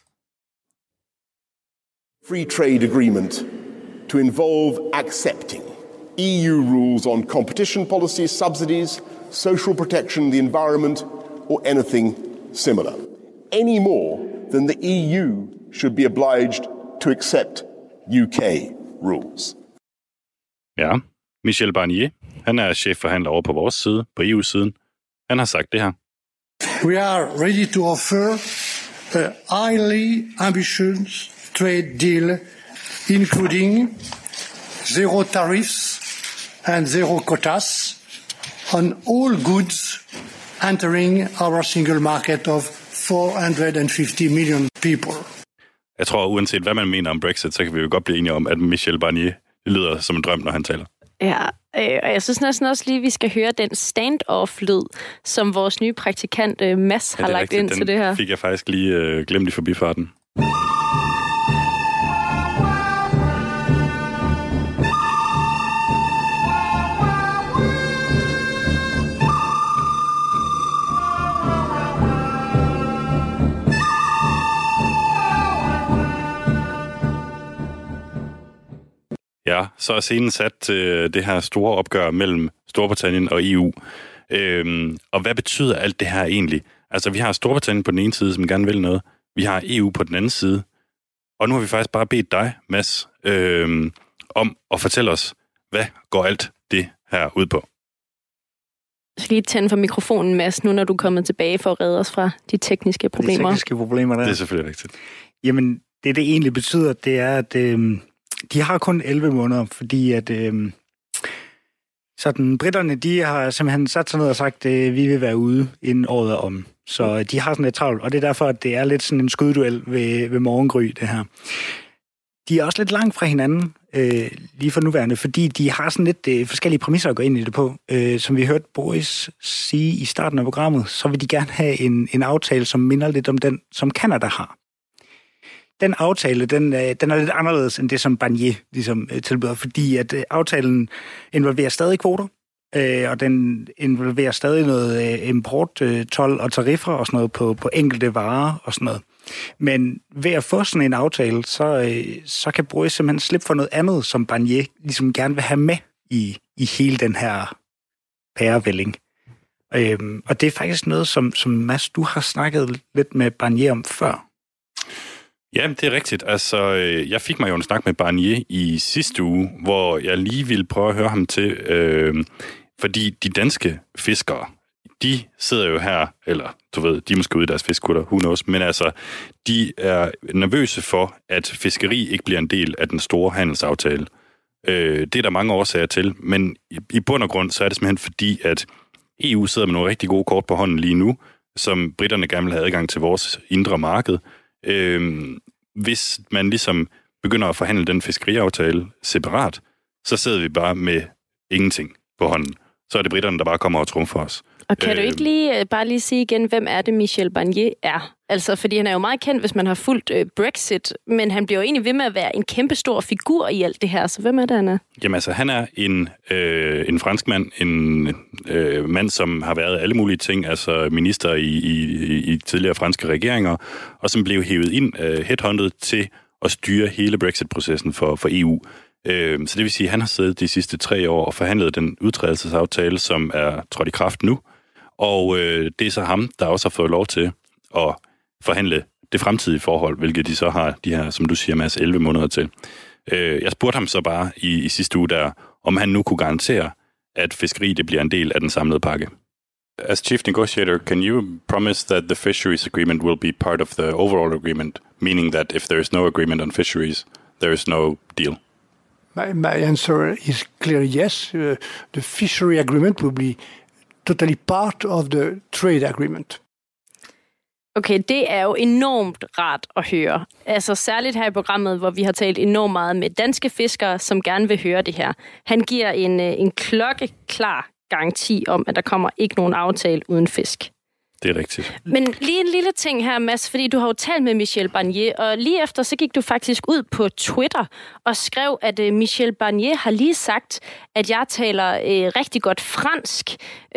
Free trade agreement to involve accepting E U rules on competition policy, subsidies, social protection, the environment, or anything similar. Any more than the E U should be obliged to accept U K rules. Ja, Michel Barnier, han er chefforhandler over på vores side, på E U-siden. Han har sagt det her. We are ready to offer a highly ambitious trade deal, including zero tariffs and zero quotas on all goods entering our single market of four hundred fifty million people. Jeg tror, uanset hvad man mener om Brexit, så kan vi jo godt blive enige om, at Michel Barnier lyder som en drøm, når han taler. Ja, Øh, og jeg synes næsten også lige, at vi skal høre den stand-off-lyd, som vores nye praktikant øh, Mads har ja, lagt rigtigt. ind Den til det her. fik jeg faktisk lige øh, glemt i forbifarten. Ja, så er scenen sat til det her store opgør mellem Storbritannien og E U. Øhm, og hvad betyder alt det her egentlig? Altså, vi har Storbritannien på den ene side, som gerne vil noget. Vi har E U på den anden side. Og nu har vi faktisk bare bedt dig, Mads, øhm, om at fortælle os, hvad går alt det her ud på? Jeg skal lige tænde for mikrofonen, Mads, nu når du er kommet tilbage for at redde os fra de tekniske problemer. De tekniske problemer, der. Det er selvfølgelig rigtigt. Jamen, det det egentlig betyder, det er, at øh, de har kun elleve måneder, fordi at øh, sådan, britterne, de har simpelthen sat sig ned og sagt, at vi vil være ude inden året er om. Så de har sådan lidt travlt, og det er derfor, at det er lidt sådan en skudduel ved, ved morgengry, det her. De er også lidt langt fra hinanden, øh, lige for nuværende, fordi de har sådan lidt øh, forskellige præmisser at gå ind i det på. Øh, som vi hørte Boris sige i starten af programmet, så vil de gerne have en, en aftale, som minder lidt om den, som Canada har. Den aftale, den, øh, den er lidt anderledes end det, som Barnier ligesom, øh, tilbyder, fordi at øh, aftalen involverer stadig kvoter, øh, og den involverer stadig noget øh, import, øh, told og tariffer og sådan noget på, på enkelte varer og sådan noget. Men ved at få sådan en aftale, så, øh, så kan Boris simpelthen slippe for noget andet, som Barnier ligesom gerne vil have med i, i hele den her pærevælling. Øhm, og det er faktisk noget, som, som Mads, du har snakket lidt med Barnier om før. Ja, det er rigtigt. Altså, jeg fik mig jo en snak med Barnier i sidste uge, hvor jeg lige ville prøve at høre ham til, øh, fordi de danske fiskere, de sidder jo her, eller du ved, de er måske ude i deres fiskekutter, who knows, men altså, de er nervøse for, at fiskeri ikke bliver en del af den store handelsaftale. Øh, det er der mange årsager til, men i, i bund og grund, så er det simpelthen fordi, at E U sidder med nogle rigtig gode kort på hånden lige nu, som britterne gerne vil have adgang til vores indre marked. Øh, hvis man ligesom begynder at forhandle den fiskeriaftale separat, så sidder vi bare med ingenting på hånden. Så er det britterne, der bare kommer og trumfer os. Og kan øh, du ikke lige bare lige sige igen, hvem er det, Michel Barnier er? Altså, fordi han er jo meget kendt, hvis man har fulgt øh, Brexit, men han bliver jo egentlig ved med at være en kæmpestor figur i alt det her. Så hvem er det, han er? Jamen altså, han er en, øh, en fransk mand, en øh, mand, som har været alle mulige ting, altså minister i, i, i tidligere franske regeringer, og som blev hævet ind, øh, headhunted til at styre hele Brexit-processen for, for E U. Øh, så det vil sige, at han har siddet de sidste tre år og forhandlet den udtrædelsesaftale, som er trådt i kraft nu. Og øh, det er så ham, der også har fået lov til at forhandle det fremtidige forhold, hvilket de så har de her, som du siger, Mads, elleve måneder til. Øh, jeg spurgte ham så bare i, i sidste uge der, om han nu kunne garantere, at fiskeri det bliver en del af den samlede pakke. As chief negotiator, can you promise that the fisheries agreement will be part of the overall agreement, meaning that if there is no agreement on fisheries, there is no deal? My, my answer is clearly yes. Uh, the fishery agreement will be totally part of the trade agreement. Okay, det er jo enormt rart at høre. Altså særligt her i programmet, hvor vi har talt enormt meget med danske fiskere, som gerne vil høre det her. Han giver en, en klokkeklar garanti om, at der kommer ikke nogen aftale uden fisk. Det er rigtigt. Men lige en lille ting her, Mads, fordi du har jo talt med Michel Barnier, og lige efter så gik du faktisk ud på Twitter og skrev, at uh, Michel Barnier har lige sagt, at jeg taler uh, rigtig godt fransk,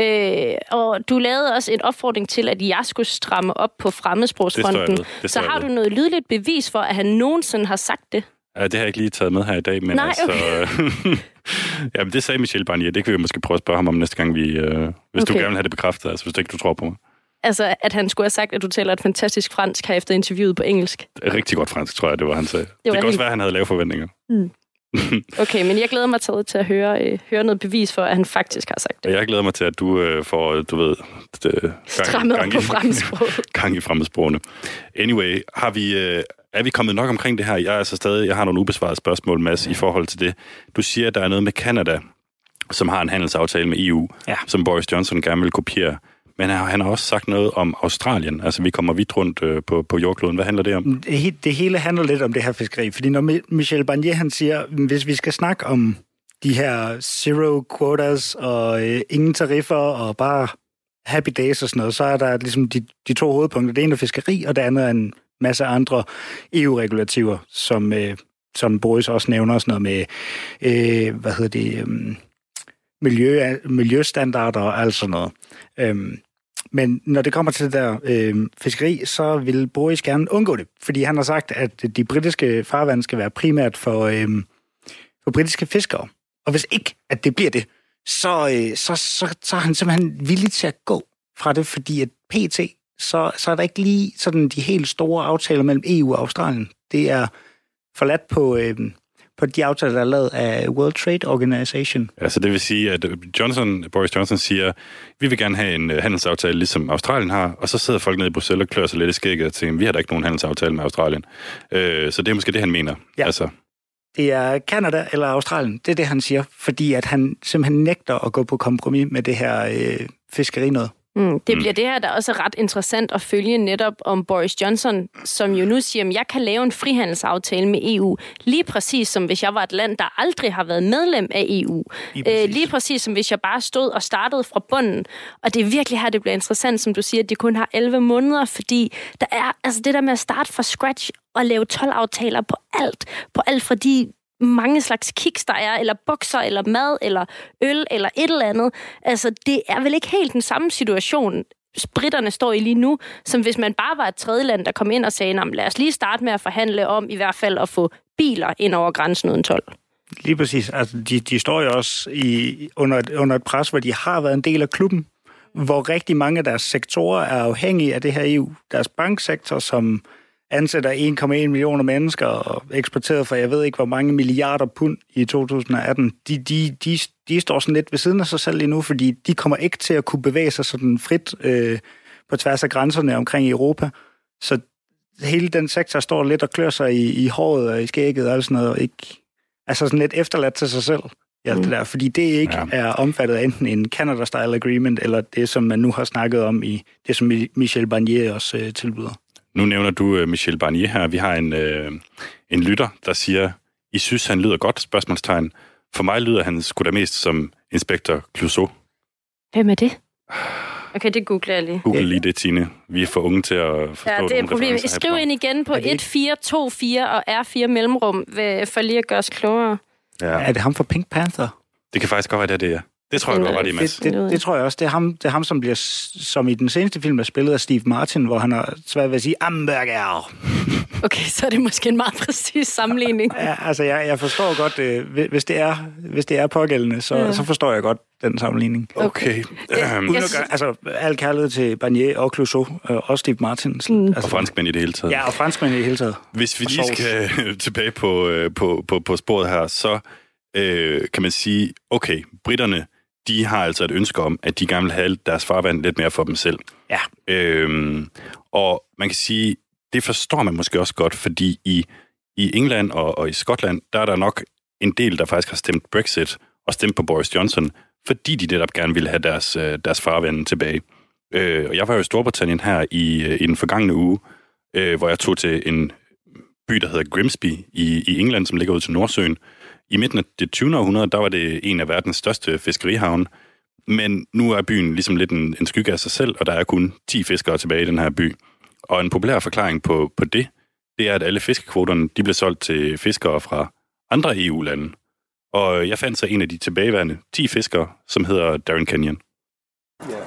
uh, og du lavede også en opfordring til, at jeg skulle stramme op på fremmedsprogsfronten. Så har du noget lydligt bevis for, at han nogensinde har sagt det? Ja, det har jeg ikke lige taget med her i dag, men Nej, altså... okay. Jamen, det sagde Michel Barnier. Det kan vi måske prøve at spørge ham om næste gang, vi, øh, hvis okay. du gerne vil have det bekræftet, altså hvis du ikke du tror på mig. Altså, at han skulle have sagt, at du taler et fantastisk fransk her efter interviewet på engelsk. Rigtig godt fransk, tror jeg, det var, han sagde. Det, det kan helt... også være, at han havde lave forventninger. Mm. Okay, men jeg glæder mig til, til at høre, øh, høre noget bevis for, at han faktisk har sagt det. Og jeg glæder mig til, at du øh, får, du ved... Det, gang, strammet op på fremmedsproget. Gang i fremmedsprogene. Anyway, har vi... Øh, er vi kommet nok omkring det her? Jeg er altså stadig... Jeg har nogle ubesvarede spørgsmål, Mads, i forhold til det. Du siger, at der er noget med Canada, som har en handelsaftale med E U, ja. Som Boris Johnson gerne vil kopiere. Men han har også sagt noget om Australien. Altså, vi kommer vidt rundt øh, på, på jordkloden. Hvad handler det om? Det, det hele handler lidt om det her fiskeri. Fordi når Michel Barnier han siger, hvis vi skal snakke om de her zero quotas og øh, ingen tariffer og bare happy days og sådan noget, så er der ligesom de, de to hovedpunkter. Det ene er fiskeri, og det andet er en masse andre E U-regulativer, som, øh, som Boris også nævner, sådan noget med, øh, hvad hedder det, øh, miljø, miljøstandarder og alt sådan noget. Øhm, men når det kommer til det der øh, fiskeri, så vil Boris gerne undgå det, fordi han har sagt, at de britiske farvande skal være primært for, øh, for britiske fiskere. Og hvis ikke, at det bliver det, så, øh, så, så, så er han simpelthen villig til at gå fra det, fordi at P T, så, så er der ikke lige sådan de helt store aftaler mellem E U og Australien. Det er forladt på... Øh, på de aftaler, der er lavet af World Trade Organization. Altså det vil sige, at Johnson, Boris Johnson siger, vi vil gerne have en handelsaftale, ligesom Australien har, og så sidder folk nede i Bruxelles og klør sig lidt i skægget og tænker, vi har da ikke nogen handelsaftale med Australien. Øh, så det er måske det, han mener. Ja. Altså. Det er Canada eller Australien. Det er det, han siger, fordi at han simpelthen nægter at gå på kompromis med det her øh, fiskeri noget. Mm, det bliver det her, der også er ret interessant at følge netop om Boris Johnson, som jo nu siger, at jeg kan lave en frihandelsaftale med E U, lige præcis som hvis jeg var et land, der aldrig har været medlem af E U. Lige præcis, øh, lige præcis som hvis jeg bare stod og startede fra bunden. Og det er virkelig her, det bliver interessant, som du siger, at de kun har elleve måneder, fordi der er altså det der med at starte fra scratch og lave tolv-aftaler på alt, på alt fra de mange slags kiks, der er, eller bokser, eller mad, eller øl, eller et eller andet. Altså, det er vel ikke helt den samme situation, britterne står i lige nu, som hvis man bare var et tredjeland, der kom ind og sagde, lad os lige starte med at forhandle om i hvert fald at få biler ind over grænsen uden told. Lige præcis. Altså, de, de står jo også i, under, et, under et pres, hvor de har været en del af klubben, hvor rigtig mange af deres sektorer er afhængige af det her E U. Deres banksektor, som ansætter en komma en millioner mennesker og eksporteret for, jeg ved ikke, hvor mange milliarder pund i to tusind atten, de, de, de, de står sådan lidt ved siden af sig selv lige nu, fordi de kommer ikke til at kunne bevæge sig sådan frit øh, på tværs af grænserne omkring Europa. Så hele den sektor står lidt og klør sig i, i håret og i skægget og alt sådan noget, og ikke, altså sådan lidt efterladt til sig selv i alt det der, fordi det ikke ja. er omfattet af enten en Canada-style agreement, eller det, som man nu har snakket om i det, som Michel Barnier også øh, tilbyder. Nu nævner du uh, Michel Barnier her. Vi har en, uh, en lytter, der siger, I synes, han lyder godt, spørgsmålstegn. For mig lyder han sgu da mest som inspektor Clouseau. Hvem er det? Okay, det googler jeg lige. Google lige det, Tine. Vi er for unge til at forstå ja, det. er et problem. Skriv ind igen på et fire to fire og R fire mellemrum, for lige at gøre os klogere. Ja. Er det ham fra Pink Panther? Det kan faktisk godt være, det er det, ja. Det tror jeg godt var det, Mads. Det, det, det tror jeg også. Det er ham, det er ham som bliver, som i den seneste film, der spillet af Steve Martin, hvor han har svært ved at sige, hamburger. Okay, så er det måske en meget præcis sammenligning. Ja, altså jeg, jeg forstår godt, øh, hvis det er, hvis det er pågældende, så, ja. så forstår jeg godt den sammenligning. Okay. okay. Um, yes. gøre, altså al kærlighed til Barnier og Clouseau, øh, og Steve Martin. Mm. Altså, og franskmænd i det hele taget. Ja, og franskmænd i det hele taget. Hvis vi lige skal tilbage på, på, på, på sporet her, så øh, kan man sige, okay, britterne, de har altså et ønske om, at de gerne vil have deres farvand lidt mere for dem selv. Ja. Øhm, og man kan sige, det forstår man måske også godt, fordi i, i England og, og i Skotland, der er der nok en del, der faktisk har stemt Brexit og stemt på Boris Johnson, fordi de netop gerne ville have deres, deres farvand tilbage. Øh, og jeg var jo i Storbritannien her i, i den forgangne uge, øh, hvor jeg tog til en by, der hedder Grimsby i, i England, som ligger ud til Nordsøen. I midten af det tyvende århundrede, der var det en af verdens største fiskerihavne. Men nu er byen ligesom lidt en, en skygge af sig selv, og der er kun ti fiskere tilbage i den her by. Og en populær forklaring på, på det, det er, at alle fiskekvoterne, de blev solgt til fiskere fra andre E U-lande. Og jeg fandt så en af de tilbageværende ti fiskere, som hedder Darren Kenyon. Yeah.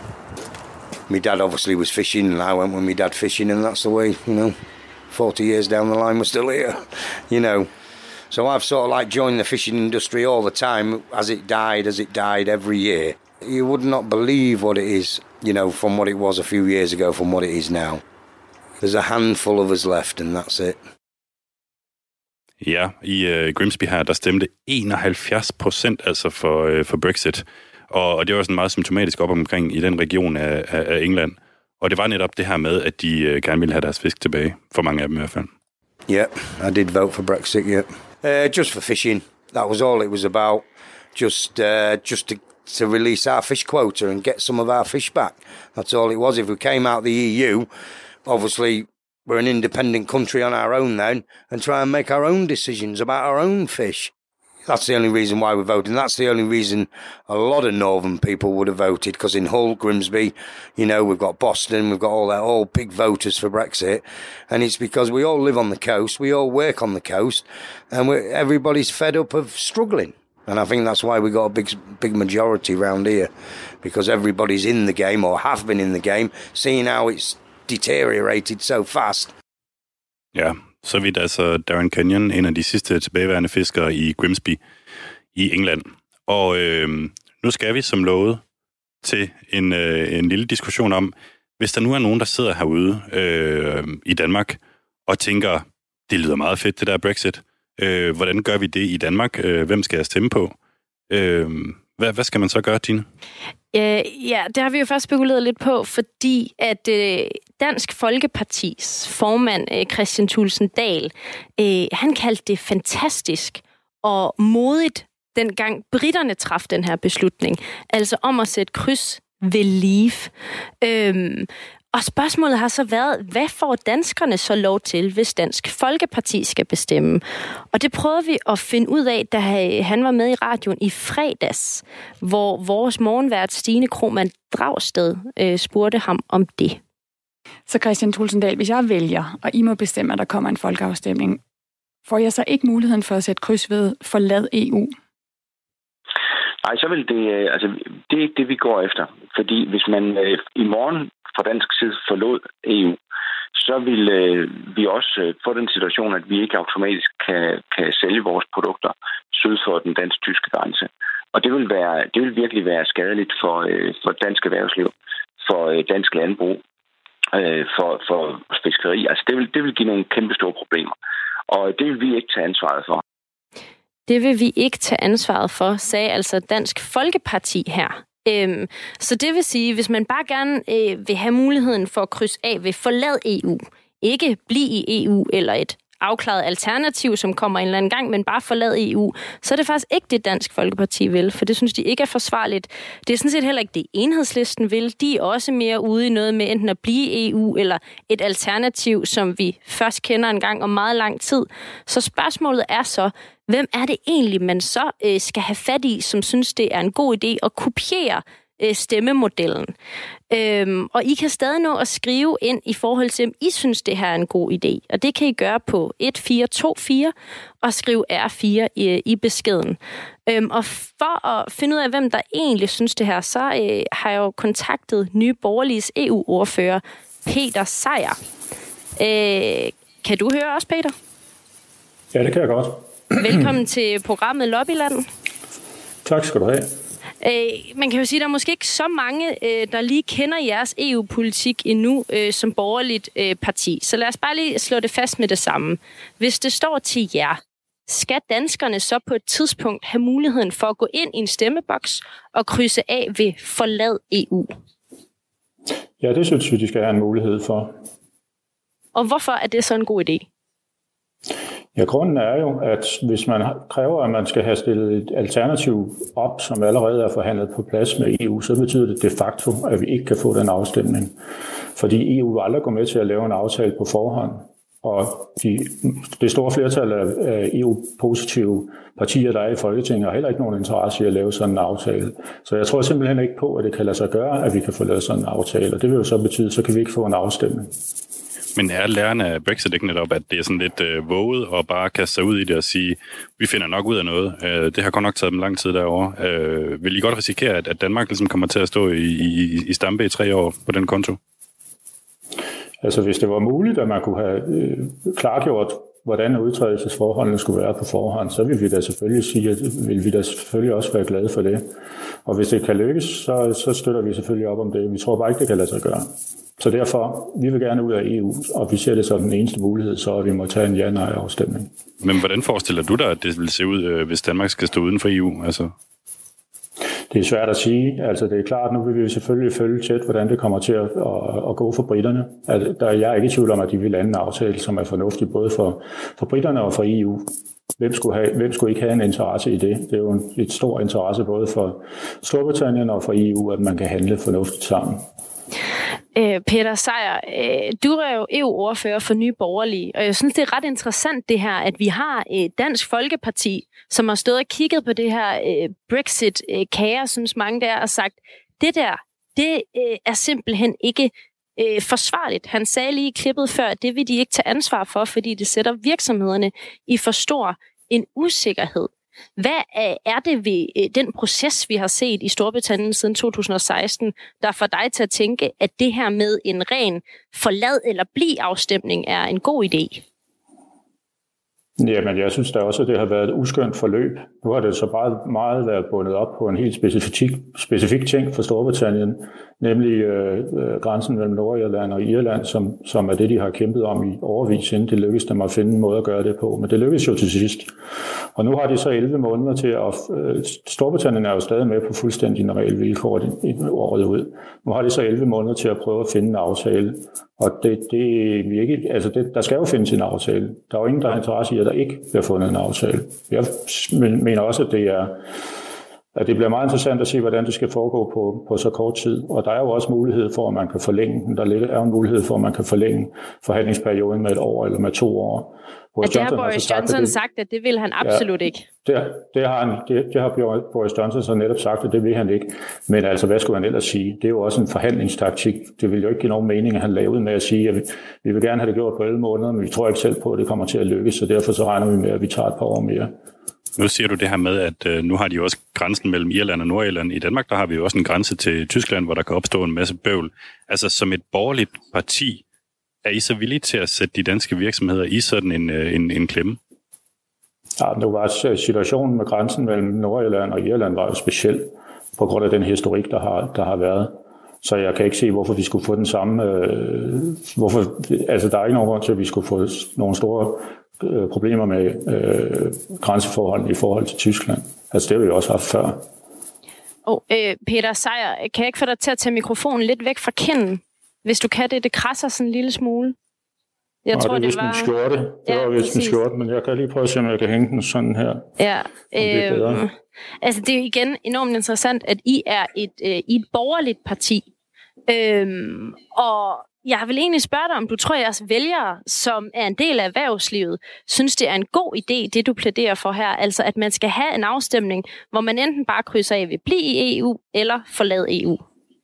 My dad obviously was fishing, and I went with my dad fishing, and that's the way, you know, forty years down the line, we're still here, you know. So I've sort of like joined the fishing industry all the time, as it died, as it died every year. You would not believe what it is, you know, from what it was a few years ago, from what it is now. There's a handful of us left, and that's it. Ja, i uh, Grimsby her, der stemte enoghalvfjerds procent altså for, uh, for Brexit. Og, og det var sådan meget symptomatisk op omkring i den region af, af, af England. Og det var netop det her med, at de uh, gerne ville have deres fisk tilbage, for mange af dem i hvert fald. Yeah, I did vote for Brexit, yeah. Uh, just for fishing. That was all it was about. Just uh, just to, to release our fish quota and get some of our fish back. That's all it was. If we came out the E U, obviously we're an independent country on our own then, and try and make our own decisions about our own fish. That's the only reason why we're voting. That's the only reason a lot of northern people would have voted, because in Hull, Grimsby, you know, we've got Boston, we've got all that, all big voters for Brexit. And it's because we all live on the coast, we all work on the coast, and we're, everybody's fed up of struggling. And I think that's why we got a big, big majority round here, because everybody's in the game, or have been in the game, seeing how it's deteriorated so fast. Ja, så vidt altså Darren Kenyon, en af de sidste tilbageværende fiskere i Grimsby i England. Og øh, nu skal vi som lovet til en, øh, en lille diskussion om, hvis der nu er nogen, der sidder herude øh, i Danmark og tænker, det lyder meget fedt, det der Brexit. Øh, hvordan gør vi det i Danmark? Øh, hvem skal jeg stemme på? Øh, hvad, hvad skal man så gøre, Tine? Øh, ja, det har vi jo først spekuleret lidt på, fordi at øh, Dansk Folkepartis formand, øh, Kristian Thulesen Dahl, øh, han kaldte det fantastisk og modigt, dengang britterne traf den her beslutning. Altså om at sætte kryds ved leave. Øhm, og spørgsmålet har så været, hvad får danskerne så lov til, hvis Dansk Folkeparti skal bestemme? Og det prøvede vi at finde ud af, da han var med i radioen i fredags, hvor vores morgenvært Stine Krohmann Dragsted øh, spurgte ham om det. Så Kristian Thulesen Dahl, hvis jeg vælger, og I må bestemme, at der kommer en folkeafstemning, får jeg så ikke muligheden for at sætte kryds ved forlad E U? Nej, så vil det, altså, det er ikke det, vi går efter. Fordi hvis man øh, i morgen fra dansk side forlod E U, så vil øh, vi også øh, få den situation, at vi ikke automatisk kan, kan sælge vores produkter syd for den dansk-tyske grænse. Og det vil, være, det vil virkelig være skadeligt for, øh, for dansk erhvervsliv, for øh, dansk landbrug, øh, for, for fiskeri. Altså det vil, det vil give nogle kæmpe store problemer. Og det vil vi ikke tage ansvaret for. Det vil vi ikke tage ansvaret for, sagde altså Dansk Folkeparti her. Øhm, så det vil sige, hvis man bare gerne øh, vil have muligheden for at krydse af ved forlad E U, ikke blive i E U eller et afklaret alternativ, som kommer en eller anden gang, men bare forlad E U, så er det faktisk ikke det, Dansk Folkeparti vil, for det synes de ikke er forsvarligt. Det er sådan set heller ikke det, Enhedslisten vil. De er også mere ude i noget med enten at blive i E U eller et alternativ, som vi først kender en gang om meget lang tid. Så spørgsmålet er så, hvem er det egentlig, man så øh, skal have fat i, som synes, det er en god idé at kopiere øh, stemmemodellen? Øhm, og I kan stadig nå at skrive ind i forhold til, om I synes, det her er en god idé. Og det kan I gøre på et fire to fire og skrive R fire i, i beskeden. Øhm, og for at finde ud af, hvem der egentlig synes det her, så øh, har jeg jo kontaktet Nye Borgerliges E U-ordfører, Peter Sejer. Øh, kan du høre os, Peter? Ja, det kan jeg godt. Velkommen til programmet Lobbyland. Tak skal du have. Øh, man kan jo sige, at der er måske ikke så mange, øh, der lige kender jeres E U-politik endnu øh, som borgerligt øh, parti. Så lad os bare lige slå det fast med det samme. Hvis det står til jer, skal danskerne så på et tidspunkt have muligheden for at gå ind i en stemmeboks og krydse af ved forlad E U? Ja, det synes vi, de skal have en mulighed for. Og hvorfor er det så en god idé? Ja, grunden er jo, at hvis man kræver, at man skal have stillet et alternativ op, som allerede er forhandlet på plads med E U, så betyder det de facto, at vi ikke kan få den afstemning. Fordi E U vil aldrig gå med til at lave en aftale på forhånd. Og de, det store flertal af E U-positive partier, der er i Folketinget, har heller ikke nogen interesse i at lave sådan en aftale. Så jeg tror simpelthen ikke på, at det kan lade sig gøre, at vi kan få lavet sådan en aftale. Og det vil jo så betyde, så kan vi ikke få en afstemning. Men er lærerne af Brexit ikke netop, at det er sådan lidt øh, våget og bare kaste sig ud i det og sige, vi finder nok ud af noget. Øh, det har godt nok taget dem lang tid derovre. Øh, vil I godt risikere, at, at Danmark ligesom kommer til at stå i, i, i stampe i tre år på den konto? Altså hvis det var muligt, at man kunne have øh, klargjort, hvordan udtrædelsesforholdene skulle være på forhånd, så vil vi da selvfølgelig sige, at vil vi da selvfølgelig også være glade for det. Og hvis det kan lykkes, så, så støtter vi selvfølgelig op om det. Vi tror bare ikke, det kan lade sig gøre. Så derfor, vi vil gerne ud af E U, og vi ser det som den eneste mulighed, så at vi må tage en ja-nej-afstemning. Men hvordan forestiller du dig, at det vil se ud, hvis Danmark skal stå uden for E U? Altså? Det er svært at sige. Altså, det er klart, nu vil vi selvfølgelig følge tæt, hvordan det kommer til at, at, at gå for britterne. Altså, der er jeg ikke i tvivl om, at de vil lande en aftale, som er fornuftig både for, for britterne og for E U. Hvem skulle, have, hvem skulle ikke have en interesse i det? Det er jo en, et stor interesse både for Storbritannien og for E U, at man kan handle fornuftigt sammen. Øh, Peter Sejer, øh, du er jo E U-ordfører for Nye Borgerlige, og jeg synes, det er ret interessant det her, at vi har øh, Dansk Folkeparti, som har stået og kigget på det her øh, Brexit-kaos, synes mange der, og sagt, det der, det øh, er simpelthen ikke øh, forsvarligt. Han sagde lige i klippet før, at det vil de ikke tage ansvar for, fordi det sætter virksomhederne i for stor en usikkerhed. Hvad er det ved den proces, vi har set i Storbritannien siden to tusind og seksten, der får dig til at tænke, at det her med en ren forlad eller bliv afstemning er en god idé? Jamen, jeg synes da også, at det har været et uskønt forløb. Nu har det så bare meget været bundet op på en helt specifik, specifik ting for Storbritannien, nemlig øh, grænsen mellem Nordirland og Irland, som, som er det, de har kæmpet om i overvis, inden det lykkedes dem at finde en måde at gøre det på. Men det lykkedes jo til sidst. Og nu har de så elleve måneder til at... Øh, Storbritannien er jo stadig med på fuldstændig normale vilkår året ud. Nu har de så elleve måneder til at prøve at finde en aftale. Og det, det, vi ikke, altså det, der skal jo findes en aftale. Der er jo ingen, der har interesse i, at der ikke bliver fundet en aftale. Jeg mener også, at det er... at det bliver meget interessant at se, hvordan det skal foregå på, på så kort tid. Og der er jo også mulighed for, at man kan forlænge den. Der er jo en mulighed for, at man kan forlænge forhandlingsperioden med et år eller med to år. Boris at det har Boris Johnson sagt, sagt, at det vil han absolut ja, ikke. Det, det, har han, det, det har Boris Johnson så netop sagt, at det vil han ikke. Men altså, hvad skulle han ellers sige? Det er jo også en forhandlingstaktik. Det vil jo ikke give nogen mening, at han lavede med at sige, at vi, vi vil gerne have det gjort på elleve måneder, men vi tror ikke selv på, at det kommer til at lykkes, så derfor så regner vi med, at vi tager et par år mere. Nu siger du det her med, at øh, nu har de jo også grænsen mellem Irland og Nordirland. I Danmark, der har vi jo også en grænse til Tyskland, hvor der kan opstå en masse bøvl. Altså, som et borgerligt parti, er I så villige til at sætte de danske virksomheder i sådan en, en, en klemme? Ja, nu var situationen med grænsen mellem Nordirland og Irland var jo speciel på grund af den historik, der har, der har været. Så jeg kan ikke se, hvorfor vi skulle få den samme... Øh, hvorfor, altså, der er ikke nogen grund til, at vi skulle få nogle store øh, problemer med øh, grænseforholdene i forhold til Tyskland. Altså, det har vi jo også haft før. Oh, øh, Peter Sejer, kan jeg ikke få dig til at tage mikrofonen lidt væk fra kinden? Hvis du kan det, det krasser sådan en lille smule. Jeg Nå, tror, det er vist det var... min skjorte. Det ja, var vist min skjorte, men jeg kan lige prøve at se, om jeg kan hænge den sådan her. Ja, det er øh, altså det er jo igen enormt interessant, at I er et, øh, I et borgerligt parti. Øhm, og jeg vil egentlig spørge dig, om du tror, at jeres vælgere, som er en del af erhvervslivet, synes, det er en god idé, det du plæderer for her, altså at man skal have en afstemning, hvor man enten bare krydser af ved blive i E U, eller forlade E U.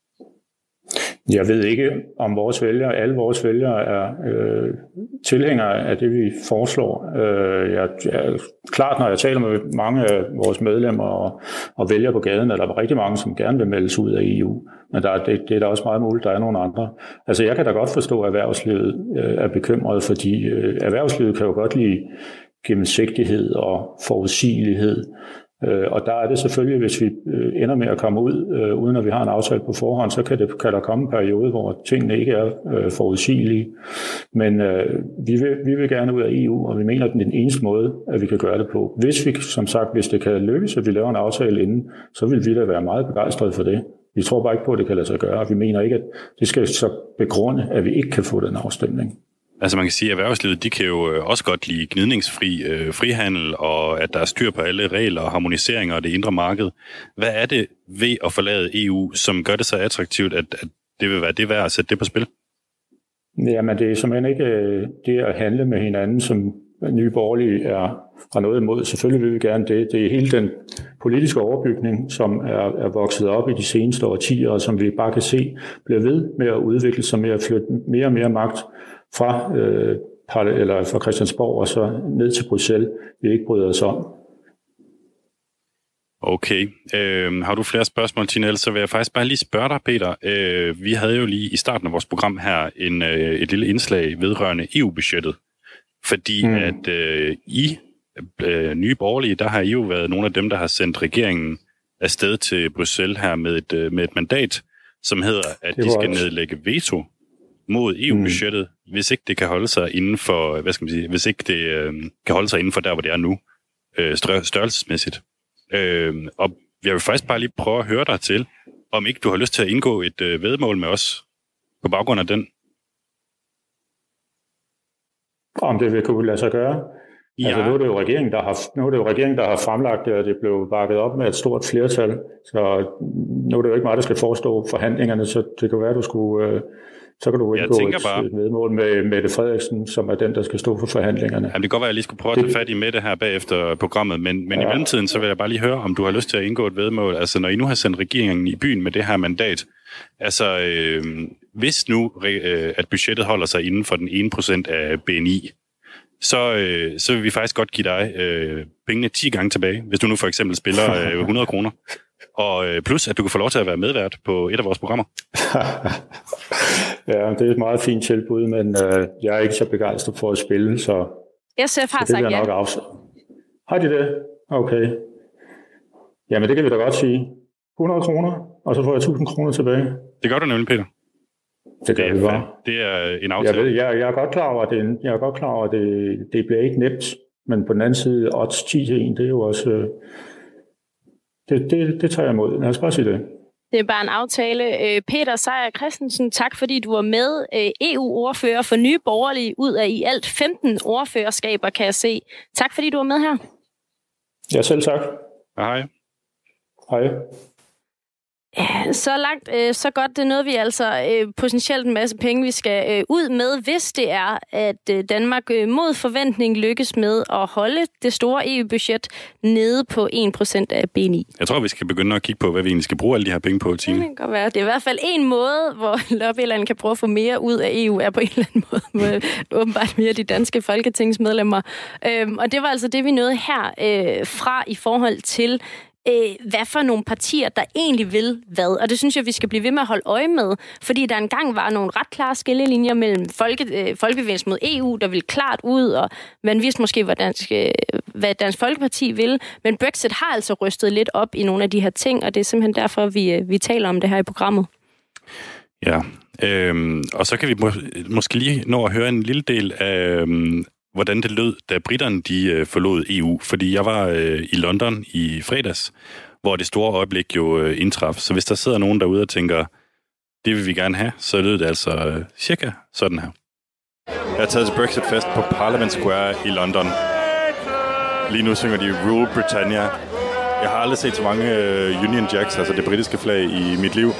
Jeg ved ikke, om vores vælgere, alle vores vælgere er øh, tilhængere af det, vi foreslår. Øh, jeg, jeg, klart, når jeg taler med mange af vores medlemmer og, og vælgere på gaden, er der rigtig mange, som gerne vil meldes ud af E U. Men der, det, det er da også meget muligt, der er nogle andre. Altså, jeg kan da godt forstå, at erhvervslivet øh, er bekymret, fordi øh, erhvervslivet kan jo godt lide gennemsigtighed og forudsigelighed. Øh, og der er det selvfølgelig, hvis vi øh, ender med at komme ud, øh, uden at vi har en aftale på forhånd, så kan, det, kan der komme en periode, hvor tingene ikke er øh, forudsigelige. Men øh, vi, vil, vi vil gerne ud af E U, og vi mener, at det er den eneste måde, at vi kan gøre det på. Hvis vi, som sagt, hvis det kan lykkes, at vi laver en aftale inden, så vil vi da være meget begejstrede for det. Vi tror bare ikke på, at det kan lade sig gøre, og vi mener ikke, at det skal så begrunde, at vi ikke kan få den afstemning. Altså man kan sige, at erhvervslivet, de kan jo også godt lide gnidningsfri øh, frihandel, og at der er styr på alle regler og harmoniseringer og det indre marked. Hvad er det ved at forlade E U, som gør det så attraktivt, at, at det vil være det værd at sætte det på spil? Jamen det er simpelthen ikke det at handle med hinanden, som Nye Borgerlige er, har noget imod. Selvfølgelig vil vi gerne det. Det er hele den politiske overbygning, som er, er vokset op i de seneste årtier, og som vi bare kan se bliver ved med at udvikle sig med at flytte mere og mere magt fra, øh, eller fra Christiansborg og så ned til Bruxelles, vi ikke bryder os om. Okay. Øh, har du flere spørgsmål, Tina, så vil jeg faktisk bare lige spørge dig, Peter. Øh, vi havde jo lige i starten af vores program her en, øh, et lille indslag vedrørende E U-budgettet, fordi mm. at øh, I, øh, Nye Borgerlige, der har I jo været nogle af dem, der har sendt regeringen afsted til Bruxelles her med et, øh, med et mandat, som hedder, at de skal også nedlægge veto mod E U-budgettet, mm. hvis ikke det kan holde sig inden for, hvad skal man sige, hvis ikke det øh, kan holde sig inden for der, hvor det er nu, øh, størrelsesmæssigt. Øh, og jeg vil faktisk bare lige prøve at høre dig til, om ikke du har lyst til at indgå et øh, væddemål med os på baggrund af den. Om det vil kunne lade sig gøre? Ja. Altså nu er det jo regeringen, der har, nu er det jo regeringen, der har fremlagt det, og det blev bakket op med et stort flertal. Så nu er det jo ikke mig, der skal forestå forhandlingerne, så det kan være, du skulle... Øh, så kan du indgå et, bare... et vedmål med Mette Frederiksen, som er den, der skal stå for forhandlingerne. Jamen, det kan godt være, at jeg lige skulle prøve at tage fat i Mette her bagefter programmet, men, men ja. i mellemtiden, så vil jeg bare lige høre, om du har lyst til at indgå et vedmål. Altså, når I nu har sendt regeringen i byen med det her mandat, altså, øh, hvis nu, øh, at budgettet holder sig inden for den ene procent af B N I, så, øh, så vil vi faktisk godt give dig øh, pengene ti gange tilbage, hvis du nu for eksempel spiller øh, hundrede kroner. Og øh, plus, at du kan få lov til at være medvært på et af vores programmer. Ja, det er et meget fint tilbud, men øh, jeg er ikke så begejstret for at spille, så... S F har så sagt ja. Nok afs- har de det? Okay. Jamen, det kan vi da godt sige. hundrede kroner, og så får jeg tusind kroner tilbage. Det gør du nemlig, Peter. Det gør vi bare. Det er en aftale. Jeg, ved, jeg, jeg er godt klar over, at det, jeg er godt klar over, at det, det bliver ikke nemt, men på den anden side, odds ti til en, det er jo også... Øh, det, det, det tager jeg imod. Lad os bare sige det. Det er bare en aftale. Peter Seier Christensen, tak fordi du var med. E U-ordfører for Nye Borgerlige ud af i alt femten ordførerskaber, kan jeg se. Tak fordi du var med her. Ja, selv tak. Hej. Hej. Ja, så langt, så godt. Det er noget, vi altså potentielt en masse penge, vi skal ud med, hvis det er, at Danmark mod forventning lykkes med at holde det store E U-budget nede på en procent af B N I. Jeg tror, vi skal begynde at kigge på, hvad vi egentlig skal bruge alle de her penge på, Tine. Det kan godt være. Det er i hvert fald en måde, hvor lobbyland kan prøve at få mere ud af E U, er på en eller anden måde, med åbenbart mere de danske folketingsmedlemmer. Og det var altså det, vi nåede her fra i forhold til hvad for nogle partier, der egentlig vil hvad. Og det synes jeg, vi skal blive ved med at holde øje med, fordi der engang var nogle ret klare skillelinjer mellem folke, øh, folkebevægelsen mod E U, der ville klart ud, og man vidste måske, hvad Dansk, øh, hvad Dansk Folkeparti vil. Men Brexit har altså rystet lidt op i nogle af de her ting, og det er simpelthen derfor, vi, øh, vi taler om det her i programmet. Ja, øhm, og så kan vi må- måske lige nå at høre en lille del af... Øhm hvordan det lød, da britterne de øh, forlod E U. Fordi jeg var øh, i London i fredags, hvor det store øjeblik jo øh, indtraf. Så hvis der sidder nogen derude og tænker, det vil vi gerne have, så lød det altså øh, cirka sådan her. Jeg har taget til Brexit-fest på Parliament Square i London. Lige nu synger de Rule Britannia. Jeg har aldrig set så mange øh, Union Jacks, altså det britiske flag, i mit liv.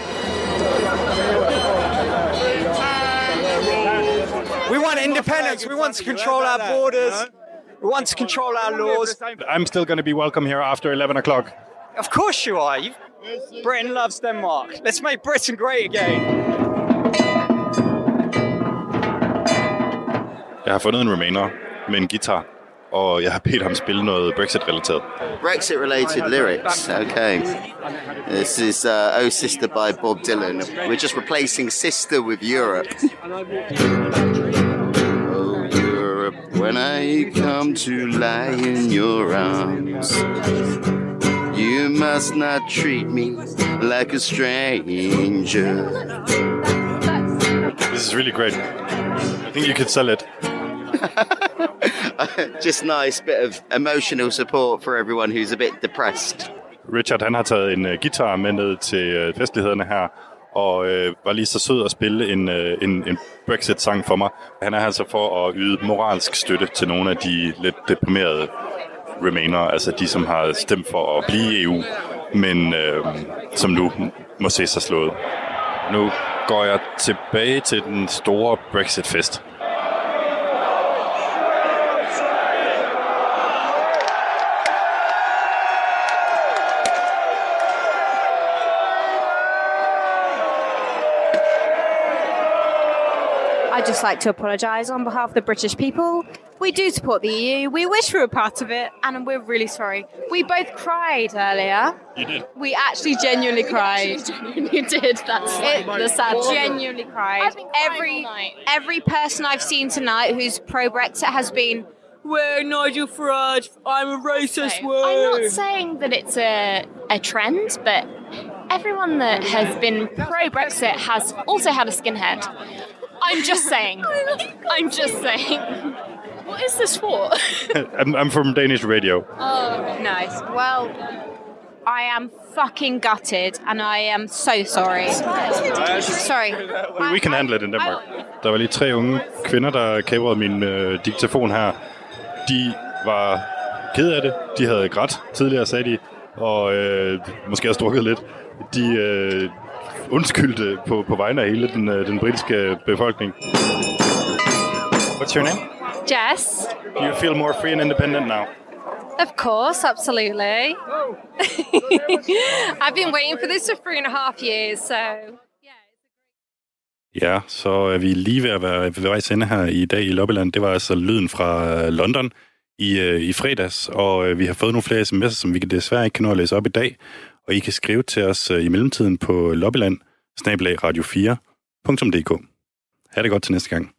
We want independence. We want to control our borders. We want to control our laws. I'm still going to be welcome here after eleven o'clock. Of course you are. You've... Britain loves Denmark. Let's make Britain great again. Jeg har fundet en remainer med en guitar, og jeg har bedt ham spille noget Brexit-relateret. Brexit-related lyrics, okay. This is uh, Oh Sister by Bob Dylan. We're just replacing sister with Europe. Oh Europe, when I come to lie in your arms, you must not treat me like a stranger. This is really great. I think you could sell it. Just nice bit of emotional support for everyone who's a bit depressed. Richard, han har taget en uh, guitar med ned til uh, festlighederne her, og uh, var lige så sød at spille en, uh, en, en Brexit-sang for mig. Han er altså for at yde moralsk støtte til nogle af de lidt deprimerede remainer, altså de, som har stemt for at blive i E U, men uh, som nu må se sig slået. Nu går jeg tilbage til den store Brexit-fest. I'd just like to apologise on behalf of the British people. We do support the E U. We wish we were part of it, and we're really sorry. We both cried earlier. You did? We actually genuinely cried. You did. That's It, the sad genuinely cried. Every every person I've seen tonight who's pro-Brexit has been, we're Nigel Farage, I'm a racist, I'm word. not saying that it's a, a trend, but everyone that has been pro-Brexit has also had a skinhead. I'm just saying. I'm just saying. What is this for? I'm, I'm from Danish radio. Oh, nice. Well, I am fucking gutted, and I am so sorry. Sorry. We, we can handle it in Denmark. Der var lige tre unge kvinder, der kabrede min øh, diktafon her. De var ked af det. De havde grædt tidligere, sagde de, og øh, måske også drukket lidt. De øh, undskyldte på, på vegne af hele den, øh, den britiske befolkning. What's your name? Jess. Do you feel more free and independent now? Of course, absolutely. I've been waiting for this for three and a half years, so... Ja, så er vi lige ved at være ved vejs ende her i dag i Lobbyland. Det var altså lyden fra London i, i fredags, og vi har fået nogle flere sms'er, som vi desværre ikke kan nå at læse op i dag. Og I kan skrive til os i mellemtiden på lobbyland bindestreg radio fire punktum d k. Ha' det godt til næste gang.